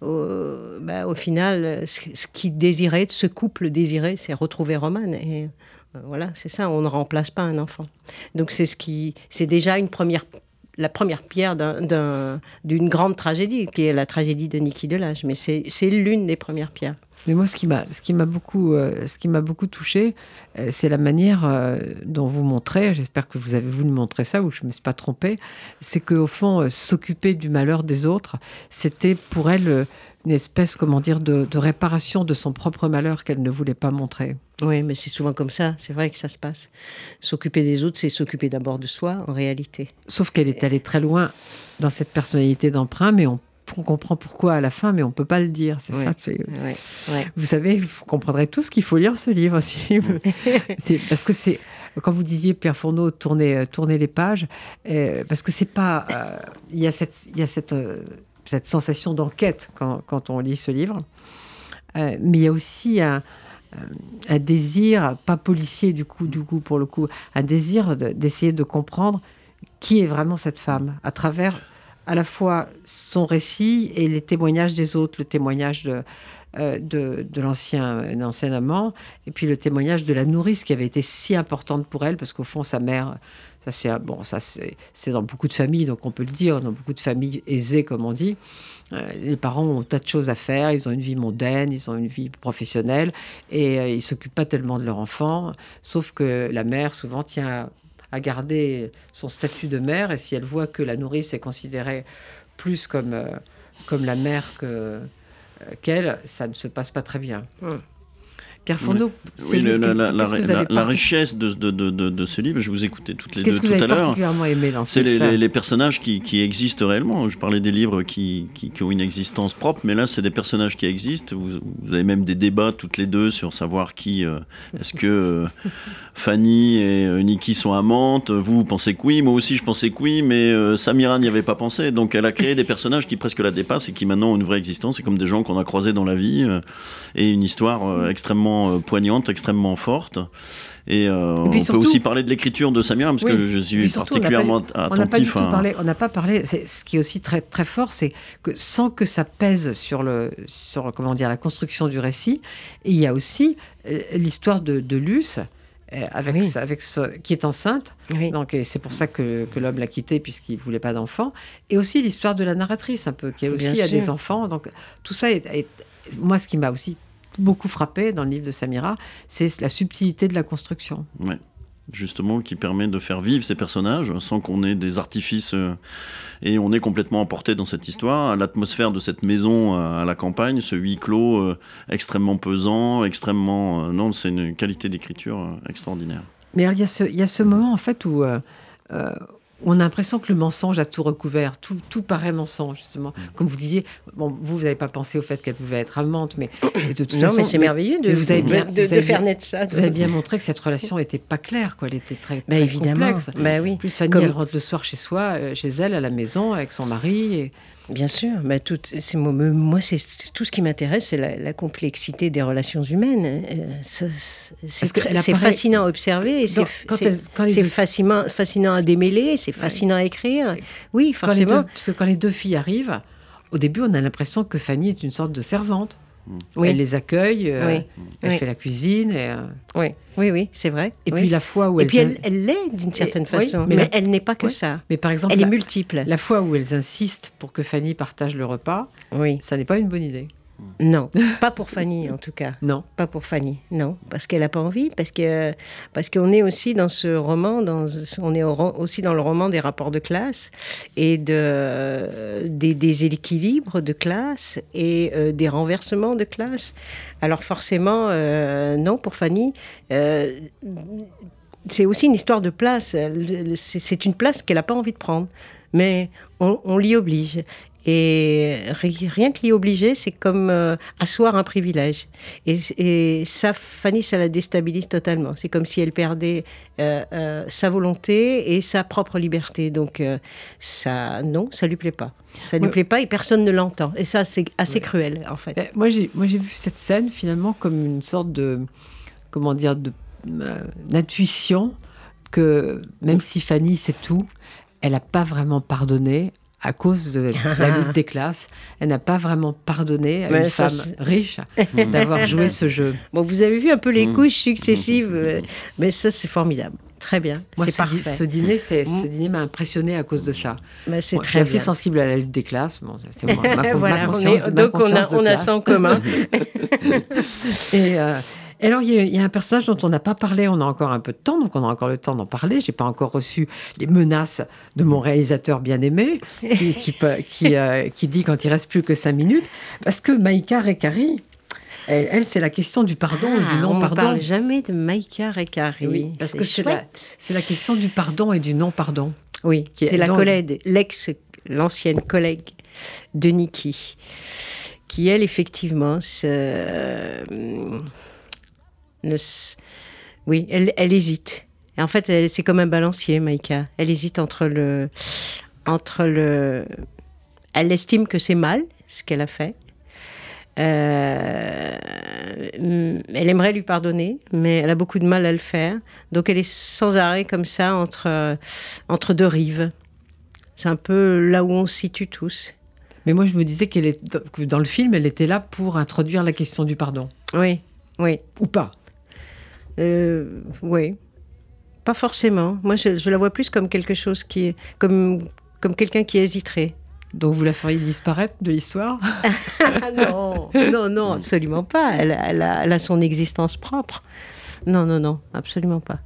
au, bah, au final, ce, ce qu'il désirait, ce couple désirait, c'est retrouver Roman. Et voilà, c'est ça, on ne remplace pas un enfant. Donc c'est, ce qui, c'est déjà une première, la première pierre d'un, d'un, d'une grande tragédie, qui est la tragédie de Niki Delage. Mais c'est, c'est l'une des premières pierres. Mais moi, ce qui m'a, ce qui m'a beaucoup, euh, ce qui m'a beaucoup touchée, euh, c'est la manière euh, dont vous montrez, j'espère que vous avez voulu montrer ça, ou je ne me suis pas trompée, c'est qu'au fond, euh, s'occuper du malheur des autres, c'était pour elle euh, une espèce, comment dire, de, de réparation de son propre malheur qu'elle ne voulait pas montrer. Oui, mais c'est souvent comme ça, c'est vrai que ça se passe. S'occuper des autres, c'est s'occuper d'abord de soi, en réalité. Sauf qu'elle est allée très loin dans cette personnalité d'emprunt, mais on, on comprend pourquoi à la fin, mais on ne peut pas le dire. C'est ouais. ça. C'est... Ouais. Ouais. Vous savez, vous comprendrez tout ce qu'il faut lire ce livre. Si... c'est parce que c'est... Quand vous disiez, Pierre Fourneau, tournez, tournez les pages, euh, parce que c'est pas... Euh, il y a cette... Il y a cette euh, cette sensation d'enquête quand, quand on lit ce livre. Euh, mais il y a aussi un, un désir, pas policier du coup, du coup pour le coup, un désir de, d'essayer de comprendre qui est vraiment cette femme, à travers à la fois son récit et les témoignages des autres, le témoignage de, euh, de, de l'ancien, l'ancien amant, et puis le témoignage de la nourrice qui avait été si importante pour elle, parce qu'au fond, sa mère... Ça, c'est, bon, ça, c'est, c'est dans beaucoup de familles, donc on peut le dire, dans beaucoup de familles aisées, comme on dit. Euh, les parents ont un tas de choses à faire, ils ont une vie mondaine, ils ont une vie professionnelle, et euh, ils ne s'occupent pas tellement de leur enfant, sauf que la mère, souvent, tient à, à garder son statut de mère, et si elle voit que la nourrice est considérée plus comme, euh, comme la mère que, euh, qu'elle, ça ne se passe pas très bien. Mmh. Pierre Fourneau, oui, le, la, la, la, la, la richesse de, de, de, de ce livre, je vous écoutais toutes les Qu'est-ce deux que tout à l'heure. Qu'est-ce que vous avez particulièrement aimé dans C'est les, les, les personnages qui, qui existent réellement. Je parlais des livres qui, qui, qui ont une existence propre, mais là, c'est des personnages qui existent. Vous, vous avez même des débats toutes les deux sur savoir qui... Euh, est-ce que euh, Fanny et euh, Niki sont amantes? Vous, vous pensez que oui, moi aussi je pensais que oui, mais euh, Samira n'y avait pas pensé. Donc elle a créé des personnages qui presque la dépassent et qui maintenant ont une vraie existence. C'est comme des gens qu'on a croisés dans la vie euh, et une histoire euh, extrêmement euh, poignante, extrêmement forte. Et, euh, et on surtout, peut aussi parler de l'écriture de Samira, parce oui, que je suis surtout, particulièrement on n'a pas, à... parlé. On n'a pas parlé. C'est, ce qui est aussi très très fort, c'est que sans que ça pèse sur le sur comment dire la construction du récit, il y a aussi euh, l'histoire de, de Luce. Avec, oui. avec ce, qui est enceinte, oui. donc c'est pour ça que, que l'homme l'a quittée puisqu'il ne voulait pas d'enfant, et aussi l'histoire de la narratrice un peu, qui elle aussi a des enfants, donc tout ça est, est, moi ce qui m'a aussi beaucoup frappé dans le livre de Samira, c'est la subtilité de la construction. Oui, justement, qui permet de faire vivre ces personnages sans qu'on ait des artifices euh, et on est complètement emporté dans cette histoire. L'atmosphère de cette maison à, à la campagne, ce huis clos euh, extrêmement pesant, extrêmement... Euh, non, c'est une qualité d'écriture euh, extraordinaire. Mais alors, il y a ce, il y a ce moment, en fait, où... Euh, euh, on a l'impression que le mensonge a tout recouvert, tout, tout paraît mensonge, justement. Comme vous disiez, bon, vous, vous n'avez pas pensé au fait qu'elle pouvait être amante, mais de toute non, façon... mais c'est merveilleux de, vous avez bien, de, vous avez de faire bien, naître ça. Vous avez bien montré que cette relation n'était pas claire, quoi. Elle était très, bah, très évidemment. complexe. Bah, oui. Plus Fanny, Comme... elle rentre le soir chez soi, euh, chez elle, à la maison, avec son mari... Et... Bien sûr, mais tout, c'est, moi, c'est, tout ce qui m'intéresse, c'est la, la complexité des relations humaines. Euh, ça, c'est c'est, très, c'est apparaît... fascinant à observer, et c'est, quand c'est, elle, quand c'est deux... fascinant, fascinant à démêler, c'est fascinant ouais. à écrire. Oui, forcément. Deux, parce que quand les deux filles arrivent, au début, on a l'impression que Fanny est une sorte de servante. Oui. Elle les accueille, euh, oui. elle oui. fait la cuisine. Et, euh... oui. oui, oui, c'est vrai. Et oui. puis la fois où et elles... puis elle, elle l'est d'une certaine et, façon, oui, mais, mais la... elle n'est pas que oui. ça. Mais par exemple, elle la... est multiple. La fois où elles insistent pour que Fanny partage le repas, oui. ça n'est pas une bonne idée. Non, pas pour Fanny en tout cas. Non. Pas pour Fanny, non. Parce qu'elle n'a pas envie, parce, que, parce qu'on est aussi dans ce roman, dans, on est aussi dans le roman des rapports de classe et de, des, des équilibres de classe et euh, des renversements de classe. Alors forcément, euh, non, pour Fanny... Euh, c'est aussi une histoire de place. C'est une place qu'elle n'a pas envie de prendre. Mais on, on l'y oblige. Et rien que l'y obliger, c'est comme euh, asseoir un privilège. Et, et ça, Fanny, ça la déstabilise totalement. C'est comme si elle perdait euh, euh, sa volonté et sa propre liberté. Donc, euh, ça, non, ça lui plaît pas. Ça lui Ouais. plaît pas et personne ne l'entend. Et ça, c'est assez ouais. cruel, en fait. Euh, moi, j'ai, moi, j'ai vu cette scène, finalement, comme une sorte de... Comment dire de, euh, d'intuition que, même si Fanny sait tout, elle n'a pas vraiment pardonné à cause de la lutte des classes. Elle n'a pas vraiment pardonné à Mais une ça, femme c'est... riche d'avoir joué ce jeu. Bon, vous avez vu un peu les couches successives, euh, mais ça, c'est formidable. Très bien, moi, c'est ce parfait. Di- ce, dîner, c'est, ce dîner m'a impressionné à cause de ça. Mais c'est bon, très je suis assez bien. sensible à la lutte des classes. Bon, c'est ma, ma, voilà, ma on est, de, donc on a, on a ça en commun. Et... Euh, Et alors, il y, a, il y a un personnage dont on n'a pas parlé, on a encore un peu de temps, donc on a encore le temps d'en parler. Je n'ai pas encore reçu les menaces de mon réalisateur bien-aimé, qui, qui, qui, euh, qui dit quand il ne reste plus que cinq minutes, parce que Maïka Rekkari, elle, elle, c'est la question du pardon ah, et du non-pardon. On ne parle jamais de Maïka Rekkari. Oui, parce c'est que c'est la, c'est la question du pardon et du non-pardon. Oui, qui c'est est, la donc, collègue, l'ex, l'ancienne collègue de Niki, qui, elle, effectivement, se... Euh, Ne, oui, elle, elle hésite. Et en fait, elle, c'est comme un balancier, Maïka. Elle hésite entre le, entre le. Elle estime que c'est mal ce qu'elle a fait. Euh, elle aimerait lui pardonner, mais elle a beaucoup de mal à le faire. Donc, elle est sans arrêt comme ça entre entre deux rives. C'est un peu là où on se situe tous. Mais moi, je me disais qu'elle est dans le film, elle était là pour introduire la question du pardon. Oui, oui. Ou pas. Euh, oui, pas forcément. Moi, je, je la vois plus comme quelque chose qui est comme comme quelqu'un qui hésiterait. Donc vous la feriez disparaître de l'histoire ? Non, non, non, absolument pas. Elle, elle, a, elle a son existence propre. Non, non, non, absolument pas.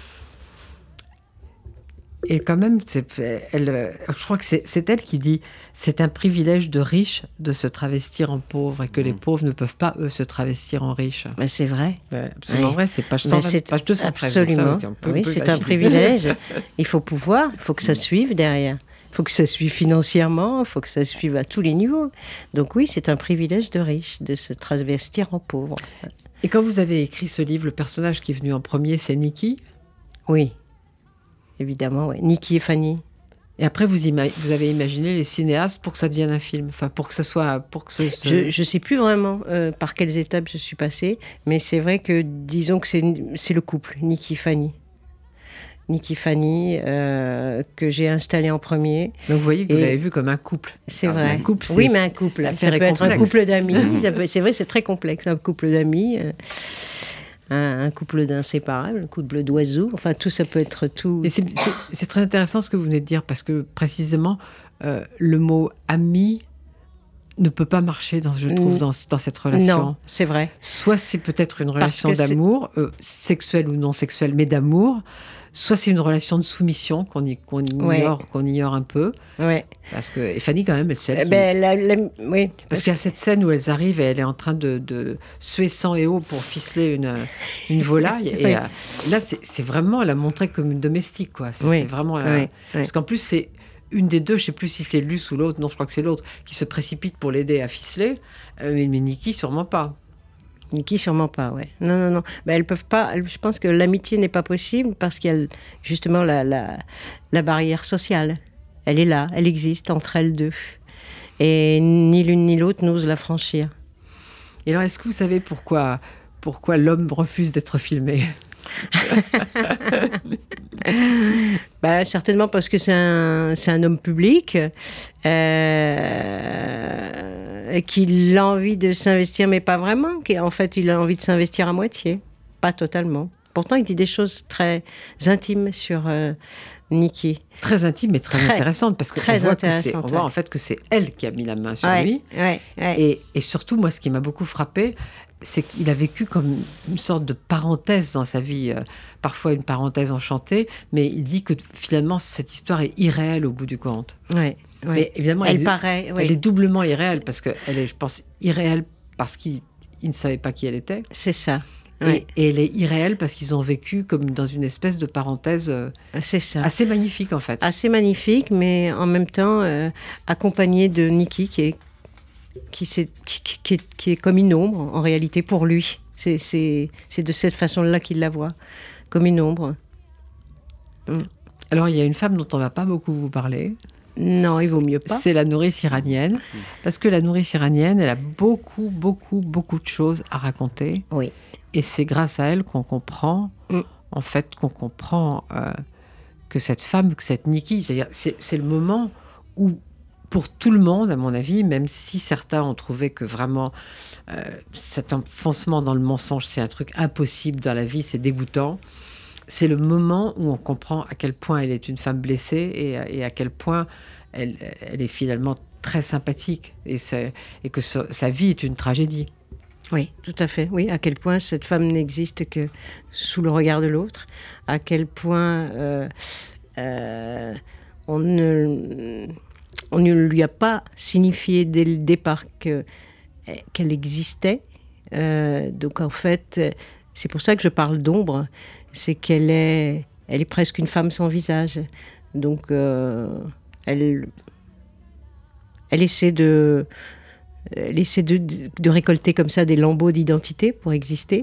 Et quand même, c'est, elle, je crois que c'est, c'est elle qui dit « C'est un privilège de riche de se travestir en pauvre et que mmh. les pauvres ne peuvent pas, eux, se travestir en riches. » Mais c'est vrai. Ouais, absolument oui. vrai, c'est page cent vingt, c'est page deux cent treize. Absolument. Ça, peu, oui, peu c'est un privilège. Il faut pouvoir, il faut que ça suive derrière. Il faut que ça suive financièrement, il faut que ça suive à tous les niveaux. Donc oui, c'est un privilège de riche de se travestir en pauvre. Et quand vous avez écrit ce livre, le personnage qui est venu en premier, c'est Niki ? Oui. Évidemment, oui. Niki et Fanny. Et après, vous, ima- vous avez imaginé les cinéastes pour que ça devienne un film, enfin pour que ce soit, pour que ce, ce... Je ne sais plus vraiment euh, par quelles étapes je suis passée, mais c'est vrai que disons que c'est, c'est le couple Niki Fanny, Niki Fanny euh, que j'ai installé en premier. Donc vous voyez que et vous l'avez vu comme un couple. C'est Alors, vrai. Un couple, c'est... Oui, mais un couple. Ça peut être complexe. un couple d'amis. ça peut, c'est vrai, c'est très complexe, un couple d'amis. Euh... Un, un couple d'inséparables, un couple d'oiseaux, enfin tout ça peut être tout. Et c'est, c'est, c'est très intéressant ce que vous venez de dire parce que précisément euh, le mot ami ne peut pas marcher, dans, je trouve, dans, dans cette relation. Non, c'est vrai. Soit c'est peut-être une relation d'amour, euh, sexuelle ou non sexuelle, mais d'amour. Soit c'est une relation de soumission qu'on, y, qu'on, ignore, ouais. qu'on ignore un peu. Ouais. Parce que et Fanny, quand même, elle sait. Eh ben, la, la, oui. Parce, parce qu'il y a cette scène où elles arrivent et elle est en train de, de suer sang et eau pour ficeler une, une volaille. Et oui. euh, là, c'est, c'est vraiment la montrer comme une domestique, quoi. C'est, oui. c'est vraiment. La... Oui. Parce qu'en plus, c'est une des deux, je ne sais plus si c'est Luce ou l'autre, non, je crois que c'est l'autre, qui se précipite pour l'aider à ficeler. Euh, mais, mais Niki, sûrement pas. Niki, sûrement pas, ouais. Non, non, non. Ben, elles peuvent pas. Je pense que l'amitié n'est pas possible parce qu'il y a justement la, la, la barrière sociale. Elle est là, elle existe entre elles deux. Et ni l'une ni l'autre n'ose la franchir. Et alors, est-ce que vous savez pourquoi, pourquoi l'homme refuse d'être filmé ? Ben, certainement parce que c'est un, c'est un homme public euh, qu'il a envie de s'investir, mais pas vraiment. En fait, il a envie de s'investir à moitié, pas totalement. Pourtant, il dit des choses très intimes sur euh, Niki. Très intime, mais très, très intéressante, parce qu'on voit, que c'est, on voit ouais. en fait que c'est elle qui a mis la main sur ouais, lui. Ouais, ouais. Et, et surtout, moi, ce qui m'a beaucoup frappée, c'est qu'il a vécu comme une sorte de parenthèse dans sa vie, euh, parfois une parenthèse enchantée, mais il dit que finalement, cette histoire est irréelle au bout du compte. Ouais, ouais. Mais évidemment, elle, elle, paraît, elle oui. est doublement irréelle, parce qu'elle est, je pense, irréelle parce qu'il il ne savait pas qui elle était. C'est ça. Ouais. Et, et elle est irréelle parce qu'ils ont vécu comme dans une espèce de parenthèse euh, C'est ça. assez magnifique en fait. Assez magnifique, mais en même temps euh, accompagné de Nikki qui est, qui, qui, qui, est, qui est comme une ombre en réalité pour lui. C'est, c'est, c'est de cette façon-là qu'il la voit, comme une ombre. Mm. Alors il y a une femme dont on ne va pas beaucoup vous parler. Non, il vaut mieux pas. C'est la nourrice iranienne. Parce que la nourrice iranienne, elle a beaucoup, beaucoup, beaucoup de choses à raconter. Oui. Et c'est grâce à elle qu'on comprend, mm. en fait, qu'on comprend euh, que cette femme, que cette Nikki, c'est-à-dire, c'est, c'est le moment où, pour tout le monde, à mon avis, même si certains ont trouvé que vraiment euh, cet enfoncement dans le mensonge, c'est un truc impossible dans la vie, c'est dégoûtant. C'est le moment où on comprend à quel point elle est une femme blessée et, et à quel point elle, elle est finalement très sympathique et, et que so, sa vie est une tragédie. Oui, tout à fait. Oui, à quel point cette femme n'existe que sous le regard de l'autre, à quel point euh, euh, on, ne, on ne lui a pas signifié dès le départ que, qu'elle existait. Euh, donc en fait, c'est pour ça que je parle d'ombre. C'est qu'elle est, elle est presque une femme sans visage. Donc, euh, elle, elle essaie de, elle essaie de, de récolter comme ça des lambeaux d'identité pour exister,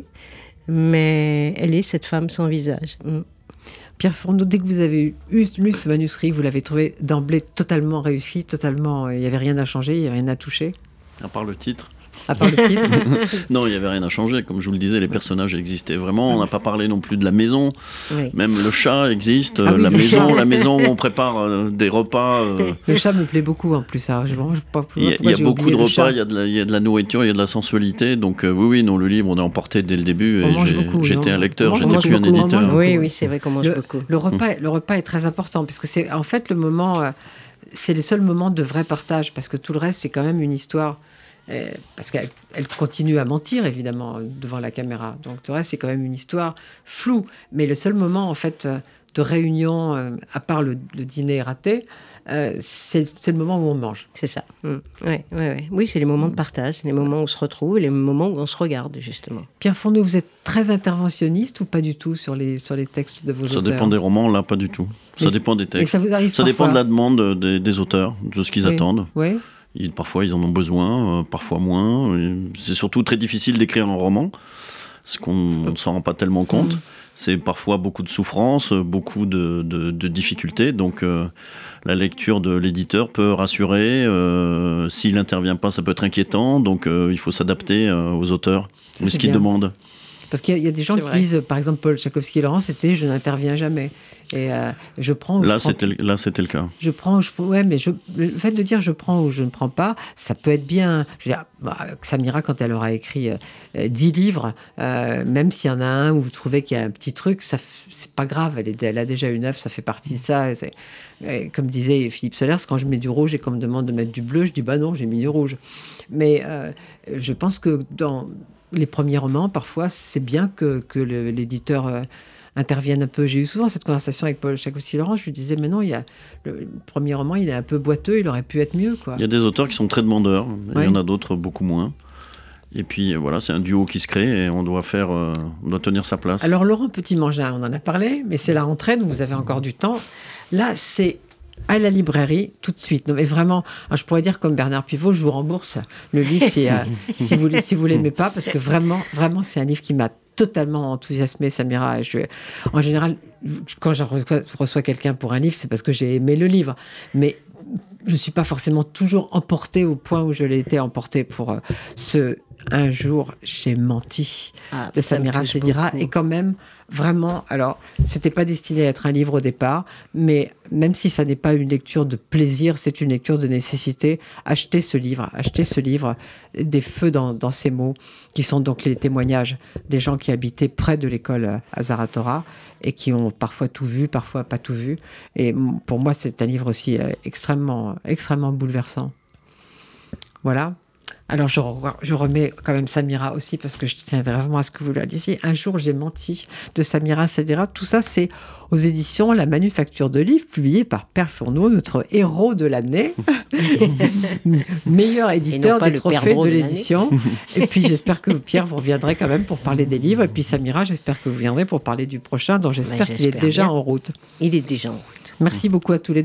mais elle est cette femme sans visage. Mm. Pierre Fourneau, dès que vous avez eu, lu ce manuscrit, vous l'avez trouvé d'emblée totalement réussi, totalement, il n'y avait rien à changer, il n'y avait rien à toucher. À part le titre. À part le titre. Non, il n'y avait rien à changer. Comme je vous le disais, les personnages existaient vraiment. On n'a pas parlé non plus de la maison. Oui. Même le chat existe. Ah oui, la maison, chat. La maison où on prépare euh, des repas. Euh... Le chat me plaît beaucoup en plus. Alors, je ne sais pas il y a, il y a beaucoup de repas, il y, a de la, il y a de la nourriture, il y a de la sensualité. Donc euh, oui, oui, non, le livre, on est emporté dès le début. Et j'ai, beaucoup, j'étais non, un lecteur, j'étais plus beaucoup, un éditeur. Oui, oui, c'est vrai qu'on mange le, beaucoup. Le repas, le repas est très important parce que c'est en fait le moment, euh, c'est les seuls moments de vrai partage parce que tout le reste, c'est quand même une histoire. Euh, parce qu'elle elle continue à mentir, évidemment, devant la caméra. Donc, tout le reste, c'est quand même une histoire floue. Mais le seul moment, en fait, de réunion, euh, à part le, le dîner raté, euh, c'est, c'est le moment où on mange. C'est ça. Mmh. Ouais, ouais, ouais. Oui, c'est les moments de partage, les moments où on se retrouve, les moments où on se regarde, justement. Pierre Fourneau, vous êtes très interventionniste ou pas du tout sur les, sur les textes de vos ça auteurs ? Ça dépend des romans, là, pas du tout. Ça mais dépend des textes. Ça vous arrive Ça dépend de la demande des, des auteurs, de ce qu'ils oui. attendent. Oui. Et parfois, ils en ont besoin, euh, parfois moins. Et c'est surtout très difficile d'écrire un roman, parce qu'on ne s'en rend pas tellement compte. Mmh. C'est parfois beaucoup de souffrance, beaucoup de, de, de difficultés. Donc, euh, la lecture de l'éditeur peut rassurer. Euh, s'il n'intervient pas, ça peut être inquiétant. Donc, euh, il faut s'adapter euh, aux auteurs, à ce qu'ils demandent. Parce qu'il y a, il y a des gens c'est qui vrai. disent, par exemple, Paul Tchaikovsky-Laurent, c'était « je n'interviens jamais ». Et euh, je prends. Là, je prends, c'était, là, c'était le cas. Je prends, je, ouais, mais je, le fait de dire je prends ou je ne prends pas, ça peut être bien. Je veux dire, bah, Samira, quand elle aura écrit euh, dix livres, euh, même s'il y en a un où vous trouvez qu'il y a un petit truc, ça, c'est pas grave. Elle, est, elle a déjà une œuvre, ça fait partie de ça. C'est, et comme disait Philippe Solers, quand je mets du rouge et qu'on me demande de mettre du bleu, je dis bah non, j'ai mis du rouge. Mais euh, je pense que dans les premiers romans, parfois, c'est bien que, que le, l'éditeur euh, intervienne un peu. J'ai eu souvent cette conversation avec Paul Tchaikovsky-Laurent. Je lui disais, mais non, il y a, le, le premier roman, il est un peu boiteux, il aurait pu être mieux, quoi. Il y a des auteurs qui sont très demandeurs, ouais. Il y en a d'autres beaucoup moins. Et puis voilà, c'est un duo qui se crée et on doit faire, euh, on doit tenir sa place. Alors Laurent Petit-Mangin, on en a parlé, mais c'est la rentrée, donc vous avez encore du temps. Là, c'est à la librairie tout de suite. Non, mais vraiment, je pourrais dire comme Bernard Pivot, je vous rembourse le livre si, euh, si vous si vous l'aimez pas, parce que vraiment, vraiment, c'est un livre qui m'a totalement enthousiasmée, Samira. Je, en général, quand je reçois, reçois quelqu'un pour un livre, c'est parce que j'ai aimé le livre. Mais je ne suis pas forcément toujours emportée au point où je l'ai été emportée pour euh, ce « Un jour, j'ai menti ah, » de Samira Sedira. Et quand même, vraiment, alors, c'était pas destiné à être un livre au départ, mais même si ça n'est pas une lecture de plaisir, c'est une lecture de nécessité. Achetez ce livre, achetez ce livre, des feux dans, dans ces mots, qui sont donc les témoignages des gens qui habitaient près de l'école à Zaratora et qui ont parfois tout vu, parfois pas tout vu. Et pour moi, c'est un livre aussi extrêmement, extrêmement bouleversant. Voilà. Alors, je, re- je remets quand même Samira aussi, parce que je tiens vraiment à ce que vous la lisiez. Un jour, j'ai menti, de Samira Sadira. Tout ça, c'est aux éditions La Manufacture de Livres, publié par Pierre Fourniot, notre héros de l'année, meilleur éditeur des trophées de, de l'édition. Et puis, j'espère que Pierre, vous reviendrez quand même pour parler des livres. Et puis, Samira, j'espère que vous viendrez pour parler du prochain, dont j'espère Ouais, qu'il est j'espère déjà bien. en route. Il est déjà en route. Merci beaucoup à tous les deux.